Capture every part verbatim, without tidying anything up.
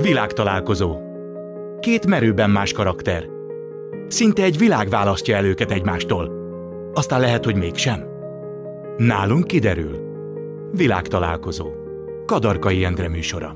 Világtalálkozó. Két merőben más karakter. Szinte egy világ választja el őket egymástól. Aztán lehet, hogy mégsem. Nálunk kiderül. Világtalálkozó. Kadarkai Endre műsora.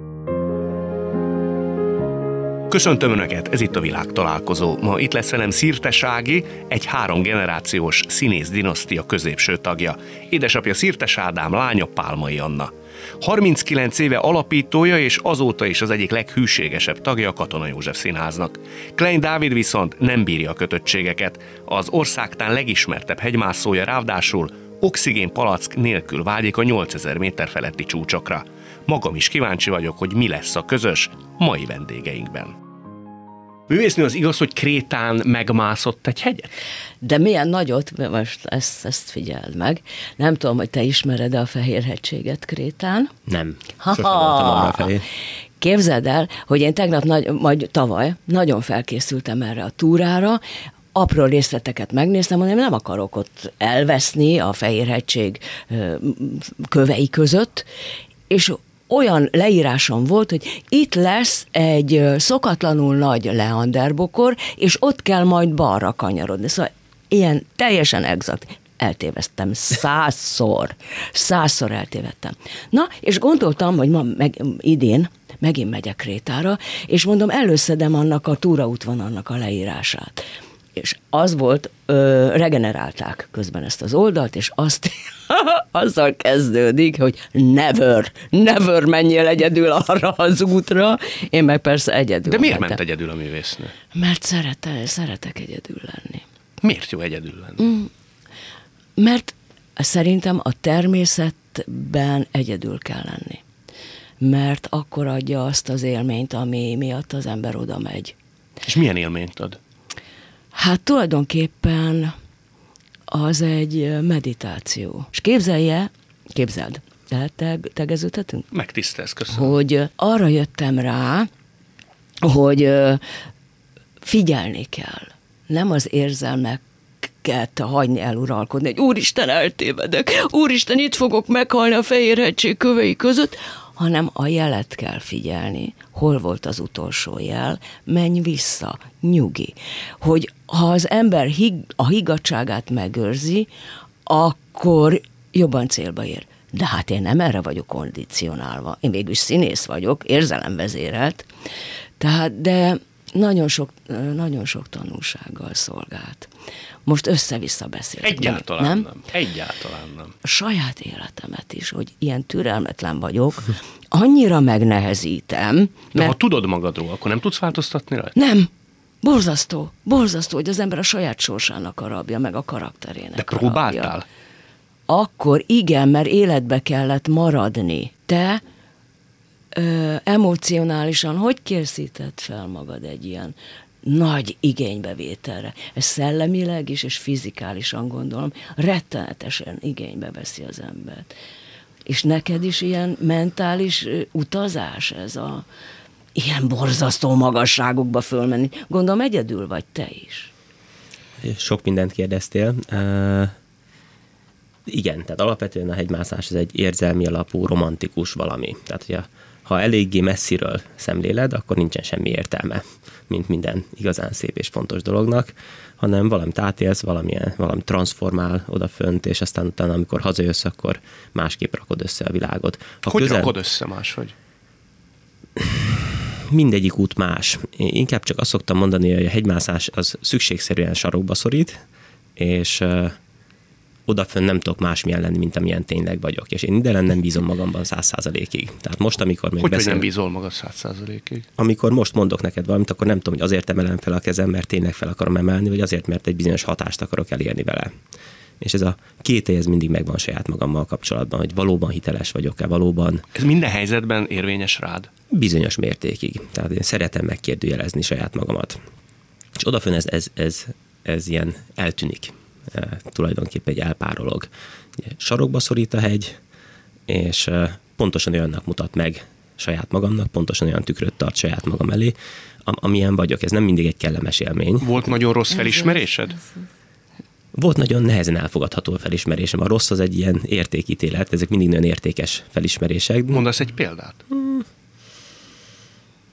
Köszöntöm Önöket, ez itt a Világtalálkozó. Ma itt lesz velem Szirtes Ági, egy három generációs színész dinasztia középső tagja. Édesapja Szirtes Ádám, lánya Pálmai Anna. harminckilenc éve alapítója és azóta is az egyik leghűségesebb tagja a Katona József Színháznak. Klein Dávid viszont nem bírja a kötöttségeket. Az országtán legismertebb hegymászója ráadásul oxigénpalack nélkül vágyik a nyolcezer méter feletti csúcsokra. Magam is kíváncsi vagyok, hogy mi lesz a közös mai vendégeinkben. Művésznő, az igaz, hogy Krétán megmászott egy hegyet? De milyen nagyot, most ezt, ezt figyeld meg. Nem tudom, hogy te ismered-e a Fehérhegységet Krétán? Nem. Sosem voltam arra a fehér. Képzeld el, hogy én tegnap, nagy, majd tavaly nagyon felkészültem erre a túrára, apró részleteket megnéztem, mondom, nem akarok ott elveszni a Fehérhegység kövei között, és olyan leírásom volt, hogy itt lesz egy szokatlanul nagy leanderbokor, és ott kell majd balra kanyarodni. Szóval ilyen teljesen exakt. Eltéveztem százszor. Százszor eltévedtem. Na, és gondoltam, hogy ma meg, idén megint megyek Krétára, és mondom, előszedem annak a túraútvonalnak a leírását. És az volt, ö, regenerálták közben ezt az oldalt, és azt azzal kezdődik, hogy never, never menjél egyedül arra az útra. Én meg persze egyedül De miért mentem. ment egyedül a művésznő? Mert szerete, szeretek egyedül lenni. Miért jó egyedül lenni? Mm, mert szerintem a természetben egyedül kell lenni. Mert akkor adja azt az élményt, ami miatt az ember oda megy. És milyen élményt ad? Hát tulajdonképpen az egy meditáció. És képzelje, képzeld, lehet teg, tegeződhetünk? Megtisztelsz, köszönöm. Hogy arra jöttem rá, hogy figyelni kell. Nem az érzelmeket hagyni eluralkodni, hogy úristen, eltévedek, úristen, itt fogok meghalni a Fehérhegység kövei között, hanem a jelet kell figyelni. Hol volt az utolsó jel? Menj vissza, nyugi. Hogy ha az ember hig, a higgadtságát megőrzi, akkor jobban célba ér. De hát én nem erre vagyok kondicionálva. Én végül színész vagyok, érzelemvezérelt. Tehát, de nagyon sok, nagyon sok tanulsággal szolgált. Most össze-vissza beszélek. Egyáltalán nem? nem. Egyáltalán nem. A saját életemet is, hogy ilyen türelmetlen vagyok, annyira megnehezítem. De mert... ha tudod magadról, akkor nem tudsz változtatni rajta? Nem. Borzasztó. Borzasztó, hogy az ember a saját sorsának a rabja, meg a karakterének De a próbáltál? rabja. Akkor igen, mert életbe kellett maradni. Te ö, emocionálisan hogy készíted fel magad egy ilyen nagy igénybevételre? Ez szellemileg is, és fizikálisan gondolom, rettenetesen igénybe veszi az embert. És neked is ilyen mentális utazás ez a ilyen borzasztó magasságokba fölmenni. Gondolom egyedül vagy te is. Sok mindent kérdeztél. Uh, igen, tehát alapvetően a hegymászás ez egy érzelmi alapú, romantikus valami. Tehát, hogyha ha eléggé messziről szemléled, akkor nincsen semmi értelme, mint minden igazán szép és fontos dolognak, hanem valamit átélsz, valamilyen, valami transformál odafönt, és aztán utána, amikor hazajössz, akkor másképp rakod össze a világot. Ha hogy közel... rakod össze máshogy? Mindegyik út más. Én inkább csak azt szoktam mondani, hogy a hegymászás az szükségszerűen sarokba szorít, és uh, odafönn nem tudok másmilyen lenni, mint amilyen tényleg vagyok. És én idelen nem bízom magamban száz százalékig. Tehát most, amikor még Hogy, beszél... hogy nem bízol magad száz százalékig? Amikor most mondok neked valamit, akkor nem tudom, hogy azért emelem fel a kezem, mert tényleg fel akarom emelni, vagy azért, mert egy bizonyos hatást akarok elérni vele. És ez a kételj, ez mindig megvan saját magammal kapcsolatban, hogy valóban hiteles vagyok-e, valóban... Ez minden helyzetben érvényes rád? Bizonyos mértékig. Tehát én szeretem megkérdőjelezni saját magamat. És odafön ez, ez, ez, ez ilyen eltűnik. E, tulajdonképpen egy elpárolog. Sarokba szorít a hegy, és e, pontosan olyannak mutat meg saját magamnak, pontosan olyan tükröt tart saját magam elé, am, amilyen vagyok. Ez nem mindig egy kellemes élmény. Volt nagyon rossz felismerésed? Volt nagyon nehezen elfogadható a felismerésem. A rossz az egy ilyen értékítélet, ezek mindig nagyon értékes felismerések. Mondasz egy példát? Hmm.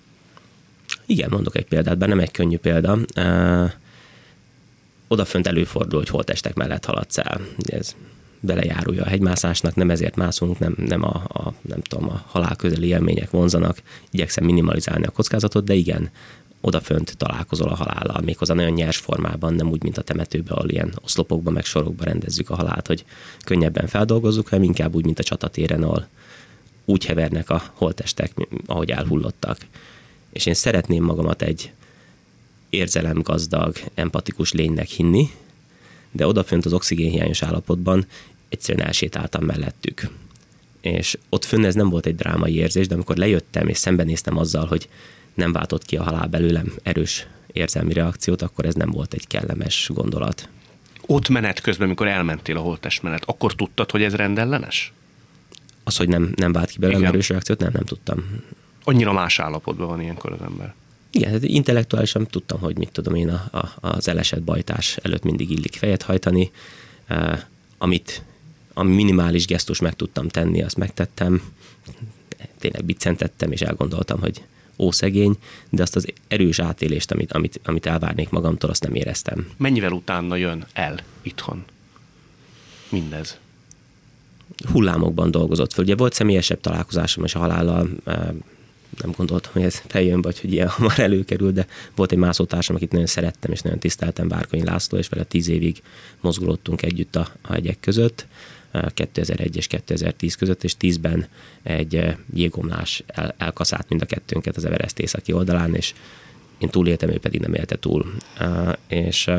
Igen, mondok egy példát, bár nem egy könnyű példa. Uh, odafönt előfordul, hogy holttestek mellett haladsz el. Ez belejárulja a hegymászásnak, nem ezért mászunk, nem, nem, a, a, nem tudom, a halál közeli élmények vonzanak, igyekszem minimalizálni a kockázatot, de igen, odafönt találkozol a halállal, méghozzá nagyon nyers formában, nem úgy, mint a temetőben, ahol ilyen oszlopokban, meg sorokban rendezzük a halált, hogy könnyebben feldolgozzuk, hanem inkább úgy, mint a csatatéren, ahol úgy hevernek a holttestek, ahogy elhullottak. És én szeretném magamat egy érzelemgazdag, empatikus lénynek hinni, de odafönt az oxigénhiányos állapotban egyszerűen elsétáltam mellettük. És ott fönn ez nem volt egy drámai érzés, de amikor lejöttem és szembenéztem azzal, hogy nem váltott ki a halál belőlem erős érzelmi reakciót, akkor ez nem volt egy kellemes gondolat. Ott menet közben, amikor elmentél a holttest mellett, akkor tudtad, hogy ez rendellenes? Az, hogy nem, nem vált ki belőlem Igen. erős reakciót, nem, nem tudtam. Annyira más állapotban van ilyenkor az ember. Igen, hát intellektuálisan tudtam, hogy mit tudom én a, a, az elesett bajtás előtt mindig illik fejet hajtani, uh, amit a minimális gesztus meg tudtam tenni, azt megtettem, tényleg biccentettem, és elgondoltam, hogy ó, szegény, de azt az erős átélést, amit, amit, amit elvárnék magamtól, azt nem éreztem. Mennyivel utána jön el itthon mindez? Hullámokban dolgozott föl. Ugye volt személyesebb találkozásom és a halállal, nem gondoltam, hogy ez feljön, vagy hogy ilyen hamar előkerül, de volt egy mászótársam, akit nagyon szerettem, és nagyon tiszteltem, Várkonyi László, és vele tíz évig mozgolódtunk együtt a, a hegyek között, kétezer-egy és kétezer-tíz között, és tízben egy jégomlás el, elkaszált mind a kettőnket az Everest északi oldalán, és én túléltem, ő pedig nem élte túl. És,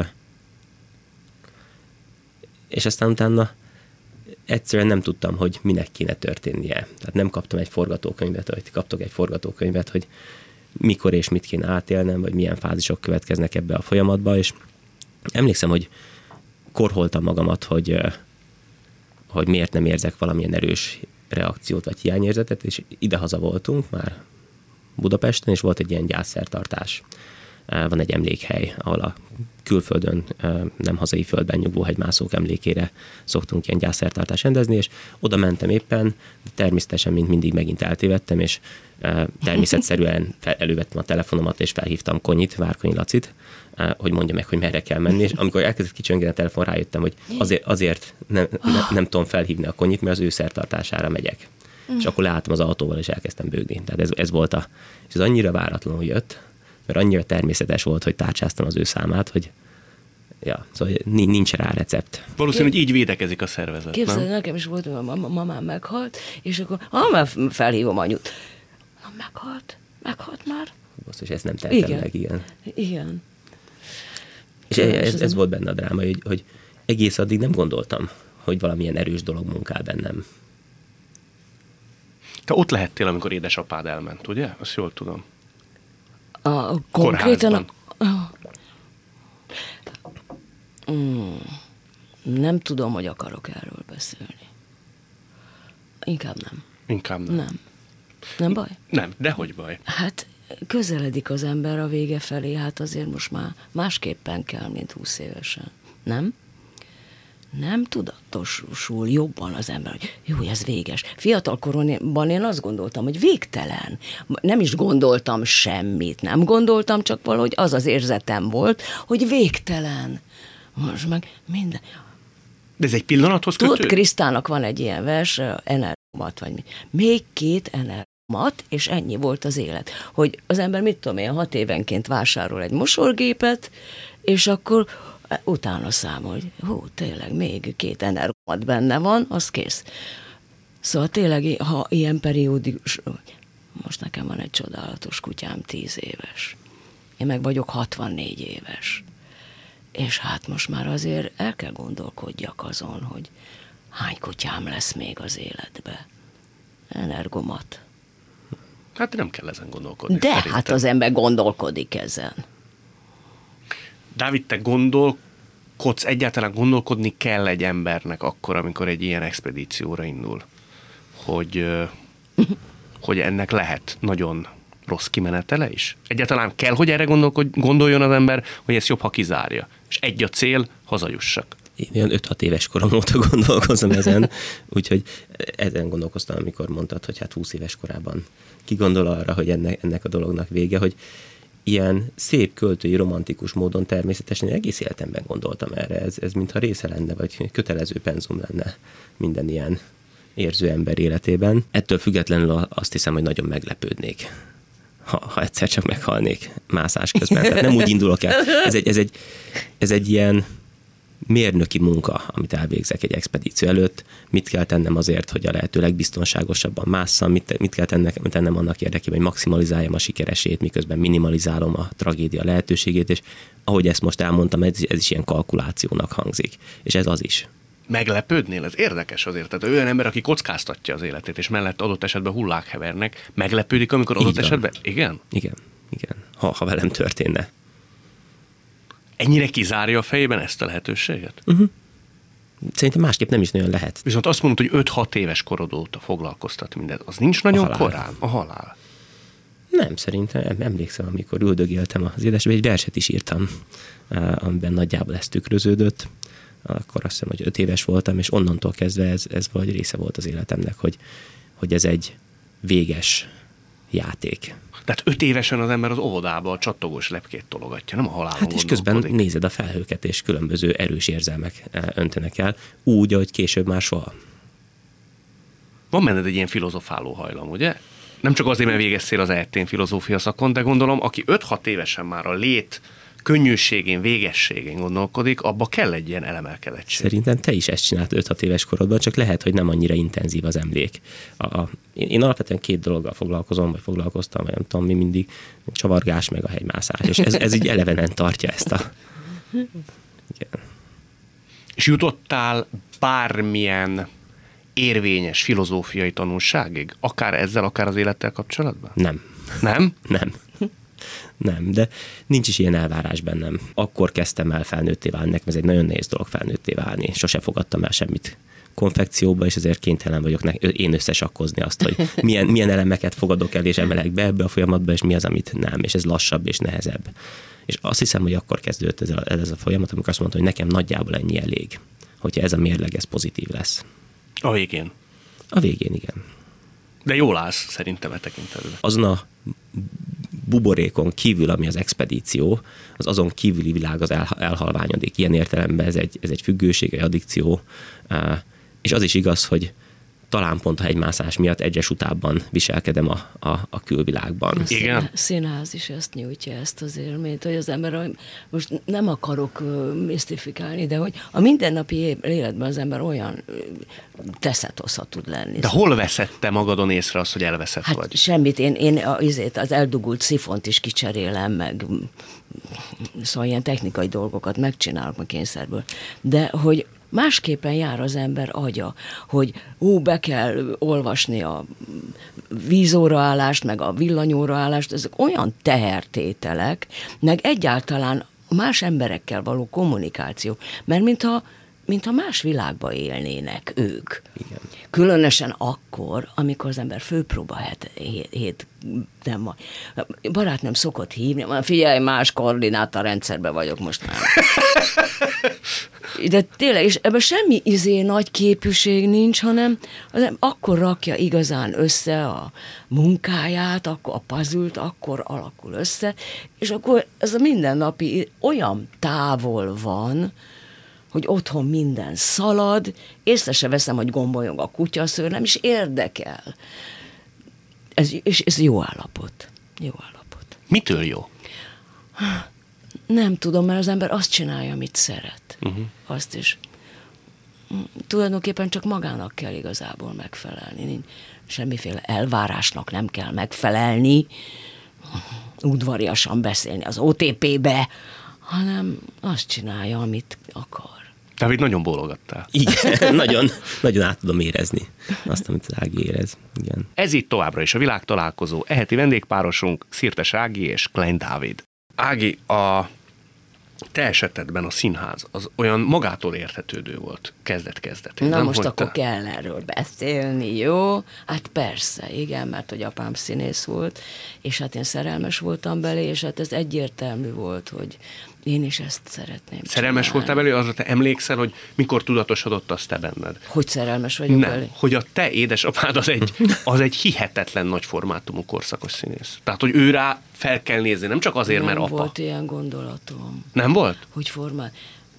és aztán utána egyszerűen nem tudtam, hogy minek kéne történnie. Tehát nem kaptam egy forgatókönyvet, vagy kaptok egy forgatókönyvet, hogy mikor és mit kéne átélnem, vagy milyen fázisok következnek ebbe a folyamatba, és emlékszem, hogy korholtam magamat, hogy, hogy miért nem érzek valamilyen erős reakciót, vagy hiányérzetet, és idehaza voltunk már Budapesten, és volt egy ilyen gyászszertartás. Van egy emlékhely, ahol a külföldön, nem hazai földben nyugvó hegymászók emlékére szoktunk ilyen gyászszertartást rendezni, és oda mentem éppen, természetesen, mint mindig megint eltévedtem, és természetszerűen elővettem a telefonomat, és felhívtam Konyit, Várkonyi Lacit, hogy mondja meg, hogy merre kell menni, és amikor elkezdett kicsöngeni a telefon, rájöttem, hogy azért, azért nem, nem, nem tudom felhívni a Konyit, mert az ő szertartására megyek. És akkor leálltam az autóval, és elkezdtem bőgni. Tehát ez, ez volt a... És ez annyira váratlanul jött, mert annyira természetes volt, hogy tárcsáztam az ő számát, hogy ja, szóval nincs rá recept. Valószínű, hogy így védekezik a szervezet. Képzeld, nekem is volt, hogy a mamám meghalt, és akkor ah, már felhívom anyut. Na, meghalt? Meghalt már? Basszus, ezt nem tettem Igen. meg, igen. Igen. És ez, ez volt benne a dráma, hogy, hogy egész addig nem gondoltam, hogy valamilyen erős dolog munkál bennem. Te ott lehettél, amikor édesapád elment, ugye? Azt jól tudom. A, konkrétan... Kórházban. A, mm, nem tudom, hogy akarok erről beszélni. Inkább nem. Inkább nem. Nem. Nem baj? Nem, dehogy baj. Hát közeledik az ember a vége felé, hát azért most már másképpen kell, mint húsz évesen. Nem? Nem tudatosul jobban az ember, hogy jó, ez véges. Fiatalkoromban én azt gondoltam, hogy végtelen. Nem is gondoltam semmit, nem gondoltam, csak valahogy az az érzetem volt, hogy végtelen. Most meg minden. De ez egy pillanathoz kötő? Tóth Krisztának van egy ilyen vers, energiamat, vagy mi. Még két energiamat, és ennyi volt az élet. Hogy az ember, mit tudom én, hat évenként vásárol egy mosorgépet, és akkor utána számol, hogy hú, tényleg még két energiamat benne van, az kész. Szóval tényleg, ha ilyen periódikus, most nekem van egy csodálatos kutyám, tíz éves. Én meg vagyok hatvannégy éves. És hát most már azért el kell gondolkodjak azon, hogy hány kutyám lesz még az életbe. Energomat. Hát nem kell ezen gondolkodni. De szerintem. hát az ember gondolkodik ezen. Dávid, te gondolkodsz, egyáltalán gondolkodni kell egy embernek akkor, amikor egy ilyen expedícióra indul, hogy, hogy ennek lehet nagyon rossz kimenetele is? Egyáltalán kell, hogy erre gondoljon az ember, hogy ezt jobb, ha kizárja. És egy a cél, hazajussak. Én olyan öt-hat éves korom óta gondolkozom ezen, úgyhogy ezen gondolkoztam, amikor mondtad, hogy hát húsz éves korában ki gondol arra, hogy ennek, ennek a dolognak vége, hogy ilyen szép, költői, romantikus módon természetesen én egész életemben gondoltam erre. Ez, ez mintha része lenne, vagy kötelező penzum lenne minden ilyen érző ember életében. Ettől függetlenül azt hiszem, hogy nagyon meglepődnék, ha, ha egyszer csak meghalnék mászás közben. Tehát nem úgy indulok el. Ez egy, ez egy, ez egy ilyen mérnöki munka, amit elvégzek egy expedíció előtt. Mit kell tennem azért, hogy a lehető legbiztonságosabban másszam, mit, mit kell tennem, tennem annak érdekében, hogy maximalizáljam a sikeresét, miközben minimalizálom a tragédia lehetőségét, és ahogy ezt most elmondtam, ez, ez is ilyen kalkulációnak hangzik. És ez az is. Meglepődnél? Ez érdekes azért. Tehát olyan ember, aki kockáztatja az életét, és mellett adott esetben hullák hevernek, meglepődik, amikor adott esetben? Igen? Igen, igen. Ha, ha velem történne. Ennyire kizárja a fejében ezt a lehetőséget? Uh-huh. Szerintem másképp nem is nagyon lehet. Viszont azt mondod, hogy öt-hat éves korod óta foglalkoztat mindent. Az nincs nagyon a korán? A halál. Nem, szerintem emlékszem, amikor üldögéltem az édesbe, egy verset is írtam, amiben nagyjából ez tükröződött. Akkor azt hiszem, hogy öt éves voltam, és onnantól kezdve ez, ez valahogy része volt az életemnek, hogy, hogy ez egy véges játék. Tehát öt évesen az ember az óvodába a csattogós lepkét tologatja, nem a halálon Hát és közben nézed a felhőket, és különböző erős érzelmek öntenek el, úgy, ahogy később már soha. Van benned egy ilyen filozofáló hajlam, ugye? Nem csak azért, mert végeztél az é té-n filozófia szakon, de gondolom, aki öt-hat évesen már a lét könnyűségén, végességén gondolkodik, abba kell egy ilyen elemelkedettség. Szerintem te is ezt csinált öt-hat éves korodban, csak lehet, hogy nem annyira intenzív az emlék. A, a, én, én alapvetően két dologgal foglalkozom, vagy foglalkoztam, vagy nem tudom mi mindig, csavargás meg a hegymászás, és ez, ez így elevenen tartja ezt a... Igen. És jutottál bármilyen érvényes filozófiai tanulságig? Akár ezzel, akár az élettel kapcsolatban? Nem. Nem? Nem. Nem, de nincs is ilyen elvárás bennem. Akkor kezdtem el felnőtté válni, nekem ez egy nagyon nehéz dolog felnőtté válni. Sose fogadtam el semmit konfekcióba, és ezért kénytelen vagyok ne, én összesakkozni azt, hogy milyen, milyen elemeket fogadok el, és emelek be ebbe a folyamatba, és mi az, amit nem, és ez lassabb és nehezebb. És azt hiszem, hogy akkor kezdődött ez a, ez a folyamat, amikor azt mondtam, hogy nekem nagyjából ennyi elég, hogyha ez a mérleg, ez pozitív lesz. A végén? A végén, igen. De jól állsz szerintem e tekintetben. Azon a buborékon kívül, ami az expedíció, az azon kívüli világ az elhalványodik. Ilyen értelemben ez egy, ez egy függőség, egy addikció, és az is igaz, hogy talán pont a hegymászás miatt egyre utában viselkedem a, a, a külvilágban. A Igen. Színház is ezt nyújtja, ezt az élményt, hogy az ember, most nem akarok uh, misztifikálni, de hogy a mindennapi életben az ember olyan uh, teszetoszat tud lenni. De hol veszed te magadon észre azt, hogy elveszett hát vagy? Semmit, én, én azért az eldugult szifont is kicserélem, meg szóval ilyen technikai dolgokat megcsinálok a kényszerből. De hogy másképpen jár az ember agya, hogy ú, be kell olvasni a vízóraállást, meg a villanyóraállást, ezek olyan tehertételek, meg egyáltalán más emberekkel való kommunikáció, mert mintha, mintha más világba élnének ők. Igen. Különösen akkor, amikor az ember főpróba hét, hét, hét nem van. Barátnőm szokott hívni, mondja, figyelj, más koordináta rendszerben vagyok most már. De tényleg, és ebben semmi izé nagy képűség nincs, hanem az akkor rakja igazán össze a munkáját, akkor a puzzle-t, akkor alakul össze, és akkor ez a mindennapi olyan távol van, hogy otthon minden szalad, észre se veszem, hogy gombolyog a kutyaszőr, nem is érdekel. Ez, és ez jó állapot. Jó állapot. Mitől jó? Nem tudom, mert az ember azt csinálja, amit szeret. Uh-huh. Azt is. Tulajdonképpen csak magának kell igazából megfelelni. Semmiféle elvárásnak nem kell megfelelni, udvariasan beszélni az o té pé-be, hanem azt csinálja, amit akar. Dávid, nagyon bólogattál. Igen, nagyon, nagyon át tudom érezni azt, amit az Ági érez. Igen. Ez itt továbbra is a Világtalálkozó. Eheti vendégpárosunk Szirtes Ági és Klein Dávid. Ági, a te esetedben a színház az olyan magától értetődő volt kezdet-kezdetén. Na nem, most hogy akkor te... kell erről beszélni, jó? Hát persze, igen, mert hogy apám színész volt, és hát én szerelmes voltam belé, és hát ez egyértelmű volt, hogy Én is ezt szeretném. Szerelmes csinálni. voltál belőle, arra te emlékszel, hogy mikor tudatosodott azt te benned? Hogy szerelmes vagyok Nem, belé? hogy a te édesapád az egy, az egy hihetetlen nagy formátumú korszakos színész. Tehát, hogy ő rá fel kell nézni, nem csak azért, Nem mert apa. volt ilyen gondolatom. Nem volt? Hogy formál.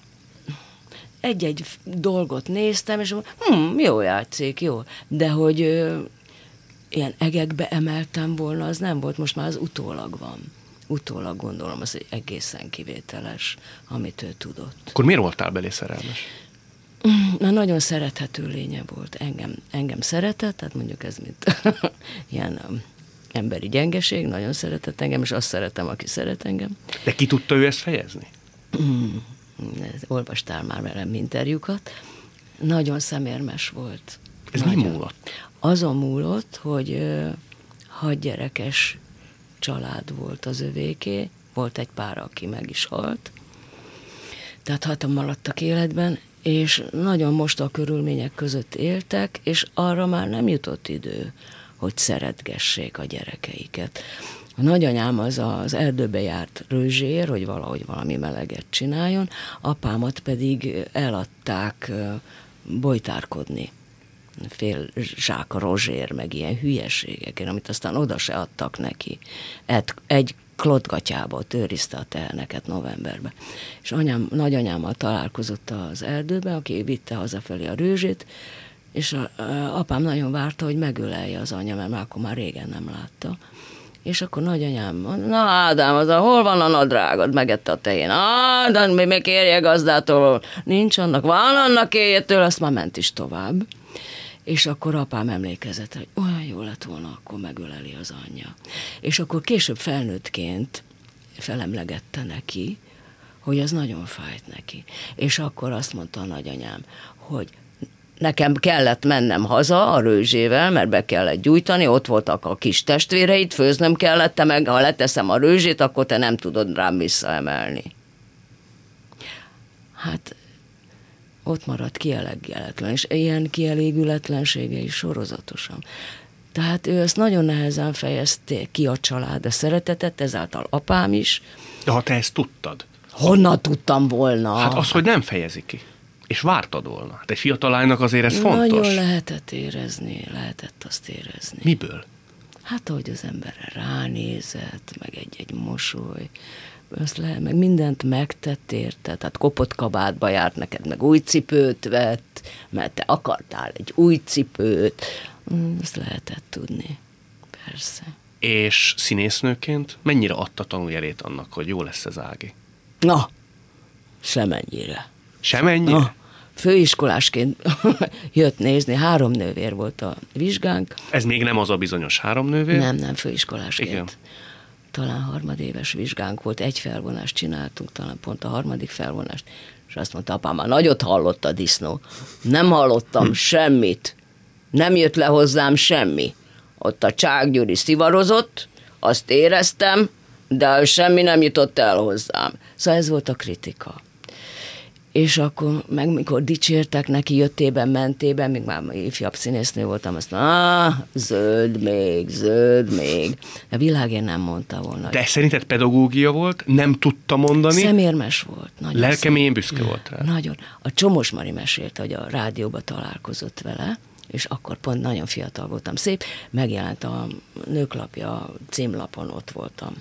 Egy-egy dolgot néztem, és hm, jó játszik, jó. De hogy ö, ilyen egekbe emeltem volna, az nem volt, most már az utólag van. Utólag gondolom, az egy egészen kivételes, amit ő tudott. Akkor miért voltál belé szerelmes? Na, nagyon szerethető lénye volt. Engem, engem szeretett, tehát mondjuk ez mint ilyen um, emberi gyengeség, nagyon szeretett engem, és azt szeretem, aki szeret engem. De ki tudta ő ezt fejezni? Olvastál már velem interjúkat. Nagyon szemérmes volt. Ez nagyon. mi múlott? Azon múlott, hogy ö, hat gyerekes család volt az övéké, volt egy pár, aki meg is halt, tehát hatan maradtak életben, és nagyon most a körülmények között éltek, és arra már nem jutott idő, hogy szeretgessék a gyerekeiket. A nagyanyám az az erdőbe járt rőzsér, hogy valahogy valami meleget csináljon, apámat pedig eladták bojtárkodni. Fél zsák rozsér, meg ilyen hülyeségekért, amit aztán oda se adtak neki. Egy, egy klotgatyába őrizte a teheneket novemberben. És anyám, nagyanyámmal találkozott az erdőben, aki vitte hazafelé a rőzsét, és a, a, apám nagyon várta, hogy megölelje az anya, mert már akkor már régen nem látta. És akkor nagyanyám mondta, na Ádám, az a, hol van a nadrágod? Megette a tehén. Á, de még kérje gazdától, nincs annak, van annak kérjetől, azt már ment is tovább. És akkor apám emlékezett, hogy olyan jó lett volna, akkor megöleli az anyja. És akkor később felnőttként felemlegette neki, hogy az nagyon fájt neki. És akkor azt mondta a nagyanyám, hogy nekem kellett mennem haza a rőzsével, mert be kellett gyújtani, ott voltak a kis testvéreid, főznöm kellett, te meg ha leteszem a rőzsét, akkor te nem tudod rám visszaemelni. Hát ott maradt kielégületlen, és ilyen kielégületlensége is sorozatosan. Tehát ő ezt nagyon nehezen fejezte ki a család, a szeretetet, ezáltal apám is. De ha te ezt tudtad? Honnan tudtam volna? Hát az, hogy nem fejezi ki. És vártad volna. Hát egy fiatal lánynak azért ez fontos. Nagyon lehetett érezni, lehetett azt érezni. Miből? Hát, ahogy az emberre ránézett, meg egy-egy mosoly, azt lehet, meg mindent megtett érte, tehát kopott kabátba járt neked, meg új cipőt vett, mert te akartál egy új cipőt, azt lehetett tudni, persze. És színésznőként mennyire adta tanújelét annak, hogy jó lesz ez Ági? Na, semennyire. Semennyire? Na, főiskolásként jött nézni, három nővér volt a vizsgánk. Ez még nem az a bizonyos három nővér? Nem, nem, főiskolásként. Igen. Talán harmadéves vizsgánk volt, egy felvonást csináltunk, talán pont a harmadik felvonást, és azt mondta, apám, már nagyot hallott a disznó. Nem hallottam hm. semmit. Nem jött le hozzám semmi. Ott a Csák Gyuri szivarozott, azt éreztem, de semmi nem jutott el hozzám. Szóval ez volt a kritika. És akkor meg mikor dicsértek neki jöttében, mentében, még már ifjabb színésznő voltam, azt mondta, ah, zöld még, zöld még. A világén nem mondta volna. De szerinted pedagógia volt? Nem tudta mondani? Szemérmes volt. Nagyon lelkeményen büszke volt rá. Nagyon. A Csomos Mari mesélte, hogy a rádióba találkozott vele, és akkor pont nagyon fiatal voltam, szép, megjelent a Nőklapja címlapon, ott voltam.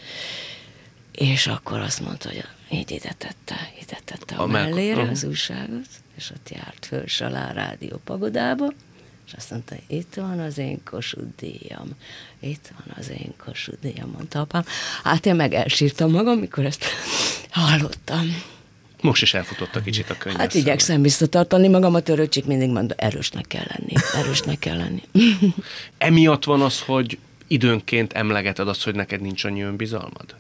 És akkor azt mondta, hogy így ide tette, ide tette a, a mellére meg... az újságot, és ott járt föl Salán Rádió pagodába, és azt mondta, itt van az én Kossuth díjam, itt van az én Kossuth díjam, mondta apám. Hát én meg elsírtam magam, mikor ezt hallottam. Most is elfutott a kicsit a könyv. Hát igyekszem visszatartani magamat, öröcsik mindig mondta, erősnek kell lenni, erősnek kell lenni. Emiatt van az, hogy időnként emlegeted azt, hogy neked nincs annyi önbizalmad?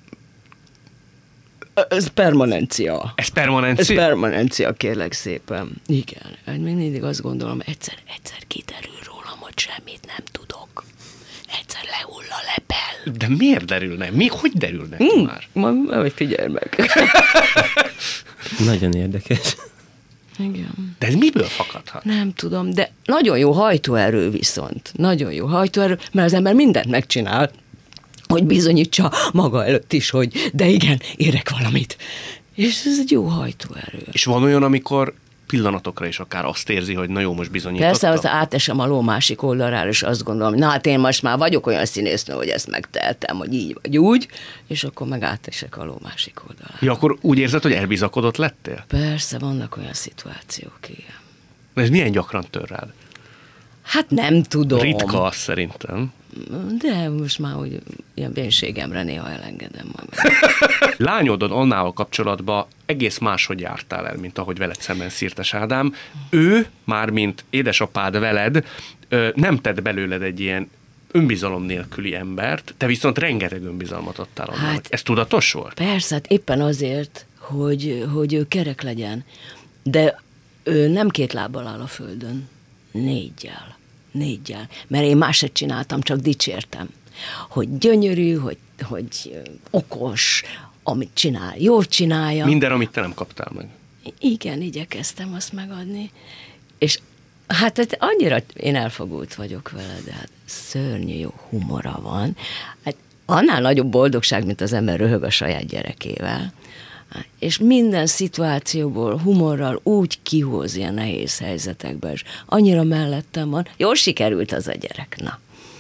Ez permanencia. Ez permanencia? Ez permanencia, kérlek szépen. Igen, még mindig azt gondolom, egyszer, egyszer kiderül rólam, hogy semmit nem tudok. Egyszer lehull a lepel. De miért derülne? Mi? Hogy derülnek hmm, már? Majd figyelj meg. Nagyon érdekes. Igen. De ez miből fakadhat? Nem tudom, de nagyon jó hajtóerő viszont. Nagyon jó hajtóerő, mert az ember mindent megcsinál, hogy bizonyítsa maga előtt is, hogy de igen, érek valamit. És ez egy jó hajtóerő. És van olyan, amikor pillanatokra is akár azt érzi, hogy na jó, most bizonyította? Persze, az átesem a ló másik oldalára, és azt gondolom, na hát én most már vagyok olyan színésznő, hogy ezt megtehetem, hogy így vagy úgy, és akkor meg átesek a ló másik oldalára. Ja, akkor úgy érzed, hogy elbizakodott lettél? Persze, vannak olyan szituációk, igen. Ez milyen gyakran tör rád? Hát nem tudom. Ritka az szerintem. De most már úgy ilyen bénségemre néha elengedem majd. Lányodon Annával kapcsolatban egész máshogy jártál el, mint ahogy veled szemben Szirtes Ádám. Ő, már mint édesapád veled, nem tett belőled egy ilyen önbizalom nélküli embert, te viszont rengeteg önbizalmat adtál annak. Hát, ez tudatos volt? Persze, hát éppen azért, hogy, hogy ő kerek legyen. De ő nem két lábbal áll a földön, négyel. Négyel. Mert én mást csináltam, csak dicsértem. Hogy gyönyörű, hogy, hogy okos, amit csinál, jól csinálja. Minden, amit te nem kaptál meg. Igen, igyekeztem azt megadni. És hát, hát annyira én elfogult vagyok vele, de hát szörnyű jó humora van. Hát annál nagyobb boldogság, mint az ember röhög a saját gyerekével. És minden szituációból humorral úgy kihoz ilyen nehéz helyzetekbe, és annyira mellettem van. Jól sikerült az a gyerek, na.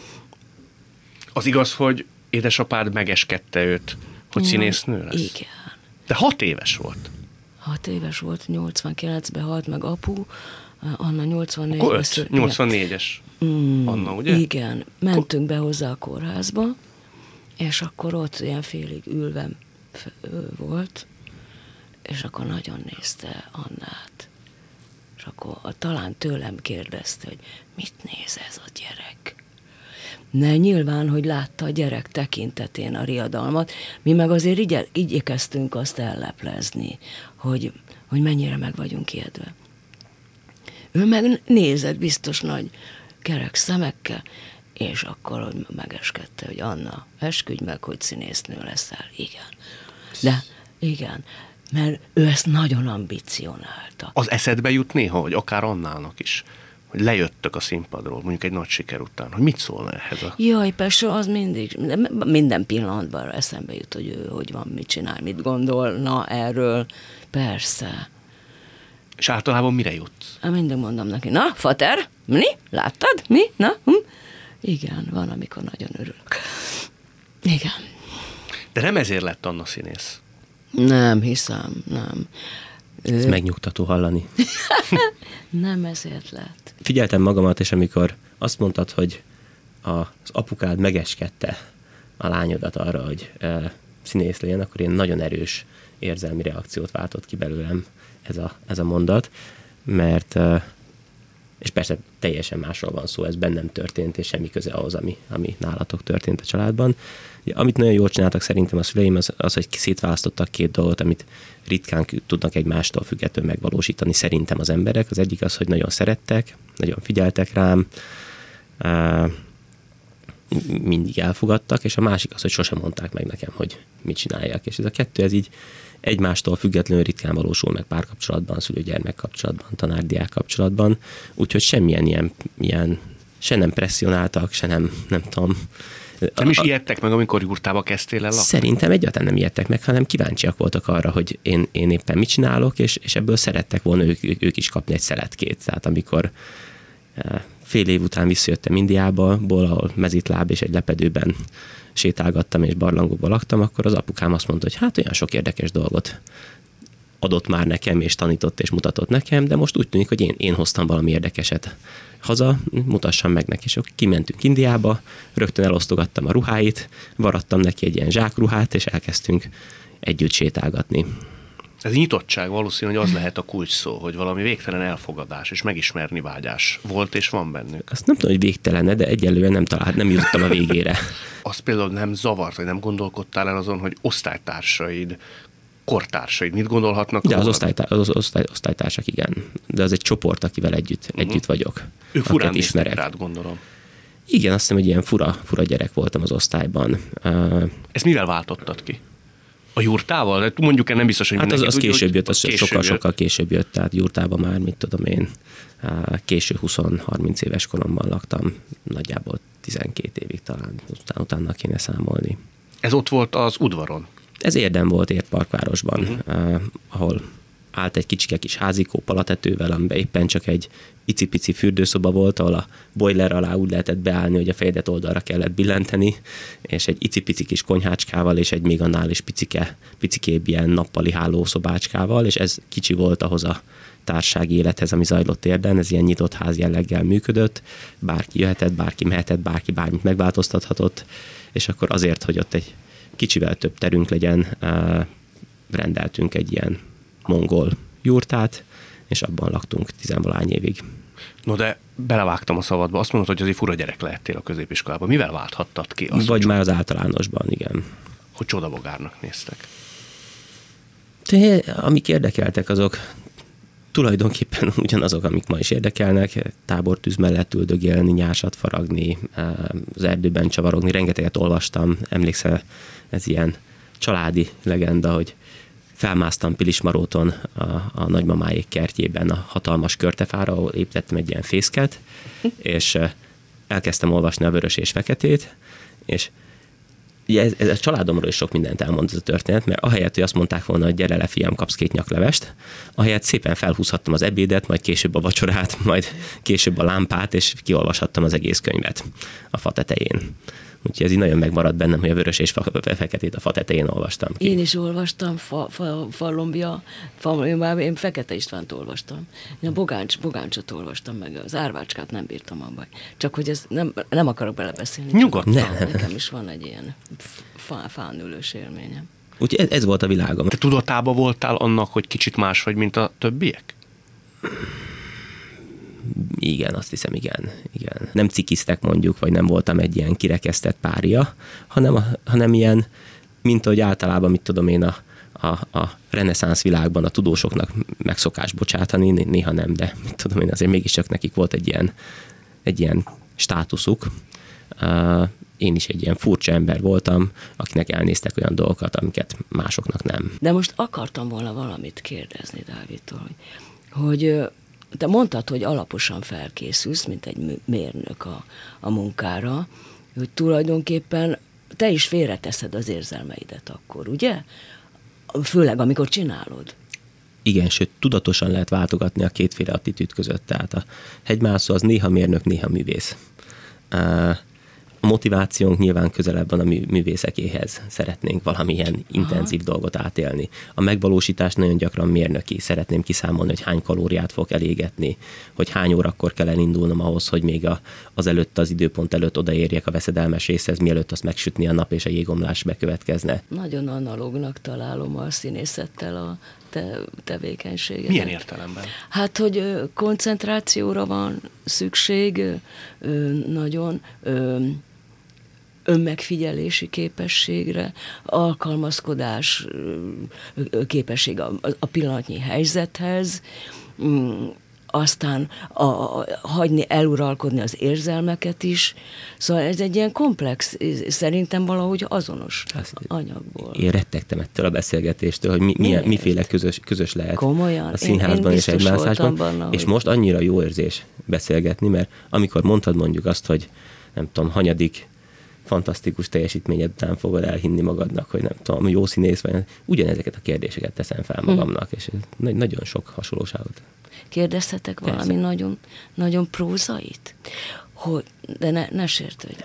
Az igaz, hogy édesapád megeskedte őt, hogy színésznő lesz? Igen. De hat éves volt. Hat éves volt, nyolcvankilencben halt meg apu, Anna nyolcvannégyes. Akkor öt, nyolcvannégyes. Mm, Anna, ugye? Igen, mentünk be hozzá a kórházba, és akkor ott ilyen félig ülve volt, és akkor nagyon nézte Annát. És akkor talán tőlem kérdezte, hogy mit néz ez a gyerek. Ne, nyilván, hogy látta a gyerek tekintetén a riadalmat, mi meg azért így igyekeztünk azt elleplezni, hogy, hogy mennyire meg vagyunk ijedve. Ő meg nézett biztos nagy kerek szemekkel, és akkor hogy megeskedte, hogy Anna, esküdj meg, hogy színésznő leszel. Igen. De igen, mert ő ezt nagyon ambicionálta. Az eszedbe jut néha, hogy akár Annának is, hogy lejöttök a színpadról, mondjuk egy nagy siker után, hogy mit szólna ehhez a... Jaj, persze, az mindig, minden pillanatban eszembe jut, hogy ő hogy van, mit csinál, mit gondolna erről. Persze. És általában mire jutsz? Hát mindig mondom neki, na, fater, mi? Láttad? Mi? Na? Hm? Igen, van, amikor nagyon örülök. Igen. De nem ezért lett Anna színész. Nem, hiszem, nem. Ez ő... megnyugtató hallani. Nem ezért lett. Figyeltem magamat, és amikor azt mondtad, hogy az apukád megeskedte a lányodat arra, hogy e, színész legyen, akkor én nagyon erős érzelmi reakciót váltott ki belőlem ez a, ez a mondat, mert e, és persze teljesen másról van szó, ez bennem történt, és semmi köze ahhoz, ami, ami nálatok történt a családban. Amit nagyon jól csináltak szerintem a szüleim, az, az, hogy szétválasztottak két dolgot, amit ritkán tudnak egymástól függetlenül megvalósítani szerintem az emberek. Az egyik az, hogy nagyon szerettek, nagyon figyeltek rám, mindig elfogadtak, és a másik az, hogy sosem mondták meg nekem, hogy mit csináljak. És ez a kettő, ez így egymástól függetlenül ritkán valósul meg párkapcsolatban, szülő-gyermek kapcsolatban, tanár-diák kapcsolatban, úgyhogy semmilyen ilyen, ilyen se nem presszionáltak, se nem, nem tudom. Nem is ijedtek meg, amikor jurtába kezdtél el lakni? Szerintem egyáltalán nem ijedtek meg, hanem kíváncsiak voltak arra, hogy én, én éppen mit csinálok, és, és ebből szerettek volna ők, ők is kapni egy szeletkét. Tehát amikor fél év után visszajöttem Indiából, ahol mezitláb és egy lepedőben sétálgattam és barlangokban laktam, akkor az apukám azt mondta, hogy hát olyan sok érdekes dolgot adott már nekem, és tanított és mutatott nekem, de most úgy tűnik, hogy én, én hoztam valami érdekeset haza, mutassam meg neki. És akkor kimentünk Indiába, rögtön elosztogattam a ruháit, varadtam neki egy ilyen zsákruhát, és elkezdtünk együtt sétálgatni. Ez nyitottság valószínű, hogy az lehet a kulcs szó, hogy valami végtelen elfogadás és megismerni vágyás volt és van bennük. Azt nem tudom, hogy végtelene, de egyelőre nem talált, nem jutottam a végére. Azt például nem zavart, vagy nem gondolkodtál el azon, hogy osztálytársaid, kortársaid mit gondolhatnak? De az, osztálytár, az osztály, osztálytársak, igen. De az egy csoport, akivel együtt, uh-huh. együtt vagyok. Ők furán néztek rád, gondolom. Igen, azt hiszem, hogy ilyen fura, fura gyerek voltam az osztályban. Ezt mivel váltottad ki? A jurtával? De mondjuk nem biztos, hogy hát az, az tudja, később jött, az sokkal-sokkal jött. később jött, tehát jurtában már, mit tudom én, késő húsz-harminc éves koromban laktam, nagyjából tizenkét évig talán, utána, utána kéne számolni. Ez ott volt az udvaron? Ez Érden volt, Érparkvárosban, uh-huh. uh, ahol állt egy kicsike kis házikó palatetővel, amiben éppen csak egy icipici fürdőszoba volt, ahol a boiler alá úgy lehetett beállni, hogy a fejedet oldalra kellett billenteni, és egy icipici kis konyhácskával, és egy még annál is picike, picikébb ilyen nappali hálószobácskával, és ez kicsi volt ahhoz a társasági élethez, ami zajlott Érden, ez ilyen nyitott ház jelleggel működött, bárki jöhetett, bárki mehetett, bárki bármit megváltoztathatott, és akkor azért, hogy ott egy kicsivel több terünk legyen, rendeltünk egy ilyen mongol jurtát, és abban laktunk tizenvalány évig. No de belevágtam a szabadba, azt mondod, hogy azért fura gyerek lehettél a középiskolában. Mivel válthattad ki azt? Vagy már az általánosban, igen. Hogy csodabogárnak néztek. De, amik érdekeltek, azok tulajdonképpen ugyanazok, amik ma is érdekelnek. Tábortűz mellett üldögélni, nyársat faragni, az erdőben csavarogni. Rengeteget olvastam, emlékszel, ez ilyen családi legenda, hogy felmásztam Pilismaróton a, a nagymamáék kertjében a hatalmas körtefára, ahol építettem egy ilyen fészket, és elkezdtem olvasni a Vörös és Feketét, és ez, ez a családomról is sok mindent elmond ez a történet, mert ahelyett, hogy azt mondták volna, hogy gyere le, fiam, kapsz két nyaklevest, ahelyett szépen felhúzhattam az ebédet, majd később a vacsorát, majd később a lámpát, és kiolvashattam az egész könyvet a fa tetején. Úgyhogy ez így nagyon megmaradt bennem, hogy a Vörös és Feketét a fa tetején olvastam ki. Én is olvastam, fa, fa, Fallombja, fa, én Fekete Istvánt olvastam. Én a Bogáncs, Bogáncsot olvastam meg, az Árvácskát nem bírtam abba. Csak hogy ez nem, nem akarok belebeszélni. Nyugodtan. Nem. Nekem is van egy ilyen fá, fánülős élményem. Úgyhogy ez, ez volt a világom. Te tudatában voltál annak, hogy kicsit más vagy, mint a többiek? Igen, azt hiszem, igen, igen. Nem cikiztek mondjuk, vagy nem voltam egy ilyen kirekesztett párja, hanem, hanem ilyen, mint ahogy általában, mit tudom én, a, a, a reneszánsz világban a tudósoknak megszokás bocsátani, néha nem, de mit tudom én, azért mégiscsak nekik volt egy ilyen, egy ilyen státuszuk. Én is egy ilyen furcsa ember voltam, akinek elnéztek olyan dolgokat, amiket másoknak nem. De most akartam volna valamit kérdezni Dávidtól, hogy, hogy te mondtad, hogy alaposan felkészülsz, mint egy mérnök a, a munkára, hogy tulajdonképpen te is félreteszed az érzelmeidet akkor, ugye? Főleg, amikor csinálod. Igen, sőt, tudatosan lehet váltogatni a kétféle attitűd között. Tehát a hegymászó az néha mérnök, néha művész. A motivációnk nyilván közelebb van a művészekéhez. Szeretnénk valamilyen intenzív Aha. dolgot átélni. A megvalósítás nagyon gyakran mérnöki. Szeretném kiszámolni, hogy hány kalóriát fog elégetni, hogy hány órakor kell elindulnom ahhoz, hogy még a, az előtt, az időpont előtt odaérjek a veszedelmes részhez, mielőtt azt megsütni a nap és a jégomlás bekövetkezne. Nagyon analógnak találom a színészettel a te tevékenységedet. Milyen értelemben? Hát, hogy koncentrációra van szükség, nagyon önmegfigyelési képességre, alkalmazkodás képesség a, a pillanatnyi helyzethez, aztán a, a, hagyni eluralkodni az érzelmeket is. Szóval ez egy ilyen komplex, szerintem valahogy azonos hát, anyagból. Én rettegtem ettől a beszélgetéstől, hogy mi, milyen, miféle közös, közös lehet Komolyan? a színházban én, én és egymászásban. Benne, és hogy... most annyira jó érzés beszélgetni, mert amikor mondtad mondjuk azt, hogy nem tudom, hanyadik fantasztikus teljesítményed után fogod elhinni magadnak, hogy nem tudom, jó színész vagy, ugyanezeket a kérdéseket teszem fel magamnak, hm. és nagyon sok hasonlóságot. Kérdezhetek valami Persze. nagyon, nagyon prózait? Hogy, de ne, ne sértődj.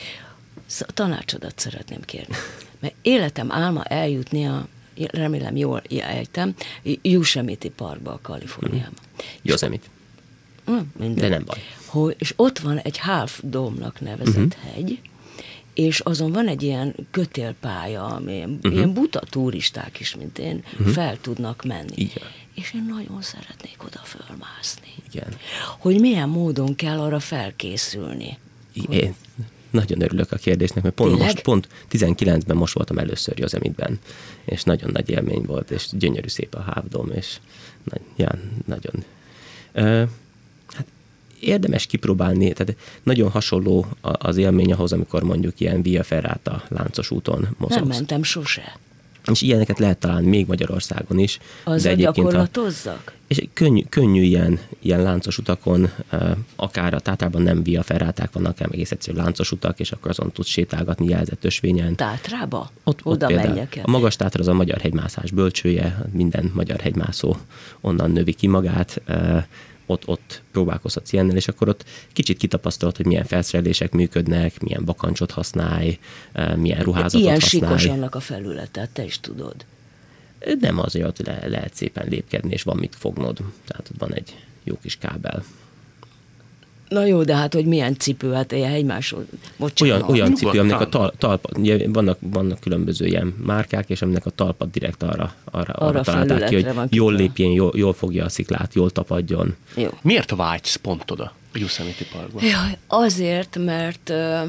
Tanácsodat szeretném kérni. Mert életem álma eljutni a, remélem jól ejtem, Yosemite Parkba, a Kaliforniában. Mm. Yosemite. Mm, de nem baj. Hogy, és ott van egy Half Dome-nak nevezett mm-hmm. hegy, és azon van egy ilyen kötélpálya, ami uh-huh. ilyen buta turisták is, mint én, uh-huh. fel tudnak menni. Igen. És én nagyon szeretnék oda fölmászni. Igen. Hogy milyen módon kell arra felkészülni. Igen. Én nagyon örülök a kérdésnek, mert pont, most, pont tizenkilencben most voltam először Yosemite-ben, és nagyon nagy élmény volt, és gyönyörű szép a Half Dome, és ja, nagyon... Uh, érdemes kipróbálni, tehát nagyon hasonló az élmény ahhoz, amikor mondjuk ilyen Via Ferrata láncos úton mozogsz. Nem mentem sose. És ilyeneket lehet találni még Magyarországon is. Azzal gyakorlatozzak? A, és könnyű, könnyű ilyen, ilyen láncos utakon, akár a Tátrában nem via ferráták vannak, hanem egész egyszerű láncos utak, és akkor azon tudsz sétálgatni jelzett ösvényen. Tátrába? Ott, Oda ott például, menjek el. A Magas Tátra az a magyar hegymászás bölcsője, minden magyar hegymászó onnan növi ki magát, ott, ott próbálkozhatsz ilyennel, és akkor ott kicsit kitapasztalod, hogy milyen felszerelések működnek, milyen bakancsot használj, milyen ruházatot Ilyen használj. sikos annak a felületet, te is tudod. Nem azért, hogy le, lehet szépen lépkedni, és van mit fognod. Tehát ott van egy jó kis kábel. Na jó, de hát, hogy milyen cipő, hát ilyen egymáshoz. Olyan, olyan cipő, Nyugodtan. aminek a tal, talpa, ugye vannak, vannak különböző ilyen márkák, és aminek a talpat direkt arra, arra, arra, arra találták ki, hogy van jól kitve. lépjen, jól, jól fogja a sziklát, jól tapadjon. Jó. Miért vágysz pont oda, a Yosemite Parkba? Jaj, azért, mert ö,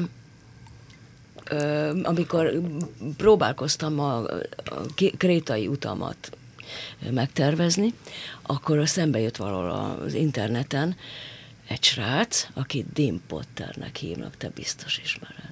ö, amikor próbálkoztam a, a krétai utamat megtervezni, akkor szembe jött valahol az interneten egy srác, akit Dean Potternek hívnak, te biztos ismered.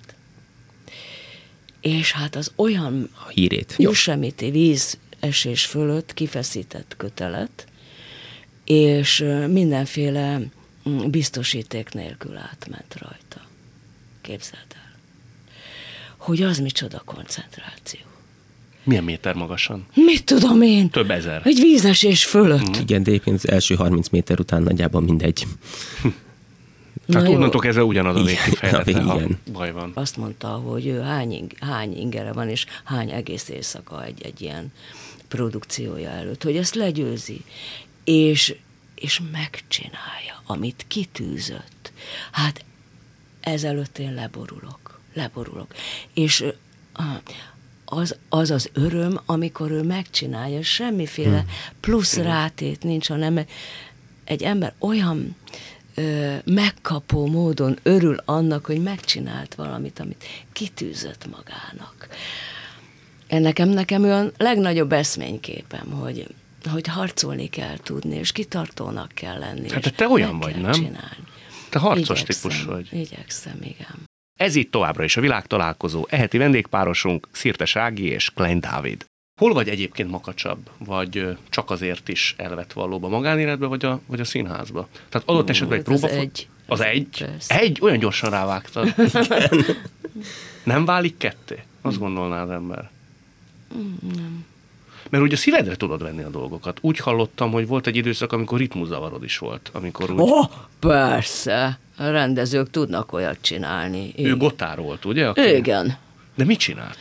És hát az olyan A hírét. Yosemite vízesés fölött kifeszített kötelet, és mindenféle biztosíték nélkül átment rajta. Képzeld el. Hogy az micsoda koncentráció. Milyen méter magasan? Mit tudom én? Több ezer. Egy vízesés fölött. Igen, de egyébként az első harminc méter után nagyjából mindegy. Tehát Na jó. onnantól kezdve ugyanaz a Igen, végkifejlete, ha igen. baj van. Azt mondta, hogy ő hány, ing- hány ingere van, és hány egész éjszaka egy, egy ilyen produkciója előtt, hogy ezt legyőzi, és, és megcsinálja, amit kitűzött. Hát ezelőtt én leborulok, leborulok. És az az, az öröm, amikor ő megcsinálja, semmiféle plusz rátét nincs, hanem egy ember olyan ö, megkapó módon örül annak, hogy megcsinált valamit, amit kitűzött magának. Nekem, nekem olyan legnagyobb eszményképem, hogy, hogy harcolni kell tudni, és kitartónak kell lenni. Hát és te olyan meg vagy, kell nem? Csinálni. Te harcos Igyekszem, típus vagy. Igyekszem, igen. Ez itt továbbra is a világtalálkozó. Eheti vendégpárosunk Szirtes Ági és Klein Dávid. Hol vagy egyébként makacsabb? Vagy ö, csak azért is elvett valóba magánéletbe, vagy a, vagy a színházba? Tehát adott Ú, esetben egy hát az próba... egy. Az Az egy? persze. Egy? Olyan gyorsan rávágtad. Nem válik ketté? Azt gondolná az ember. Nem. Mert ugye a szívedre tudod venni a dolgokat. Úgy hallottam, hogy volt egy időszak, amikor ritmuszavarod is volt. Amikor úgy... Oh, persze. A rendezők tudnak olyat csinálni. Ő Igen. Gotár volt, ugye? Aki... Igen. De mit csinált?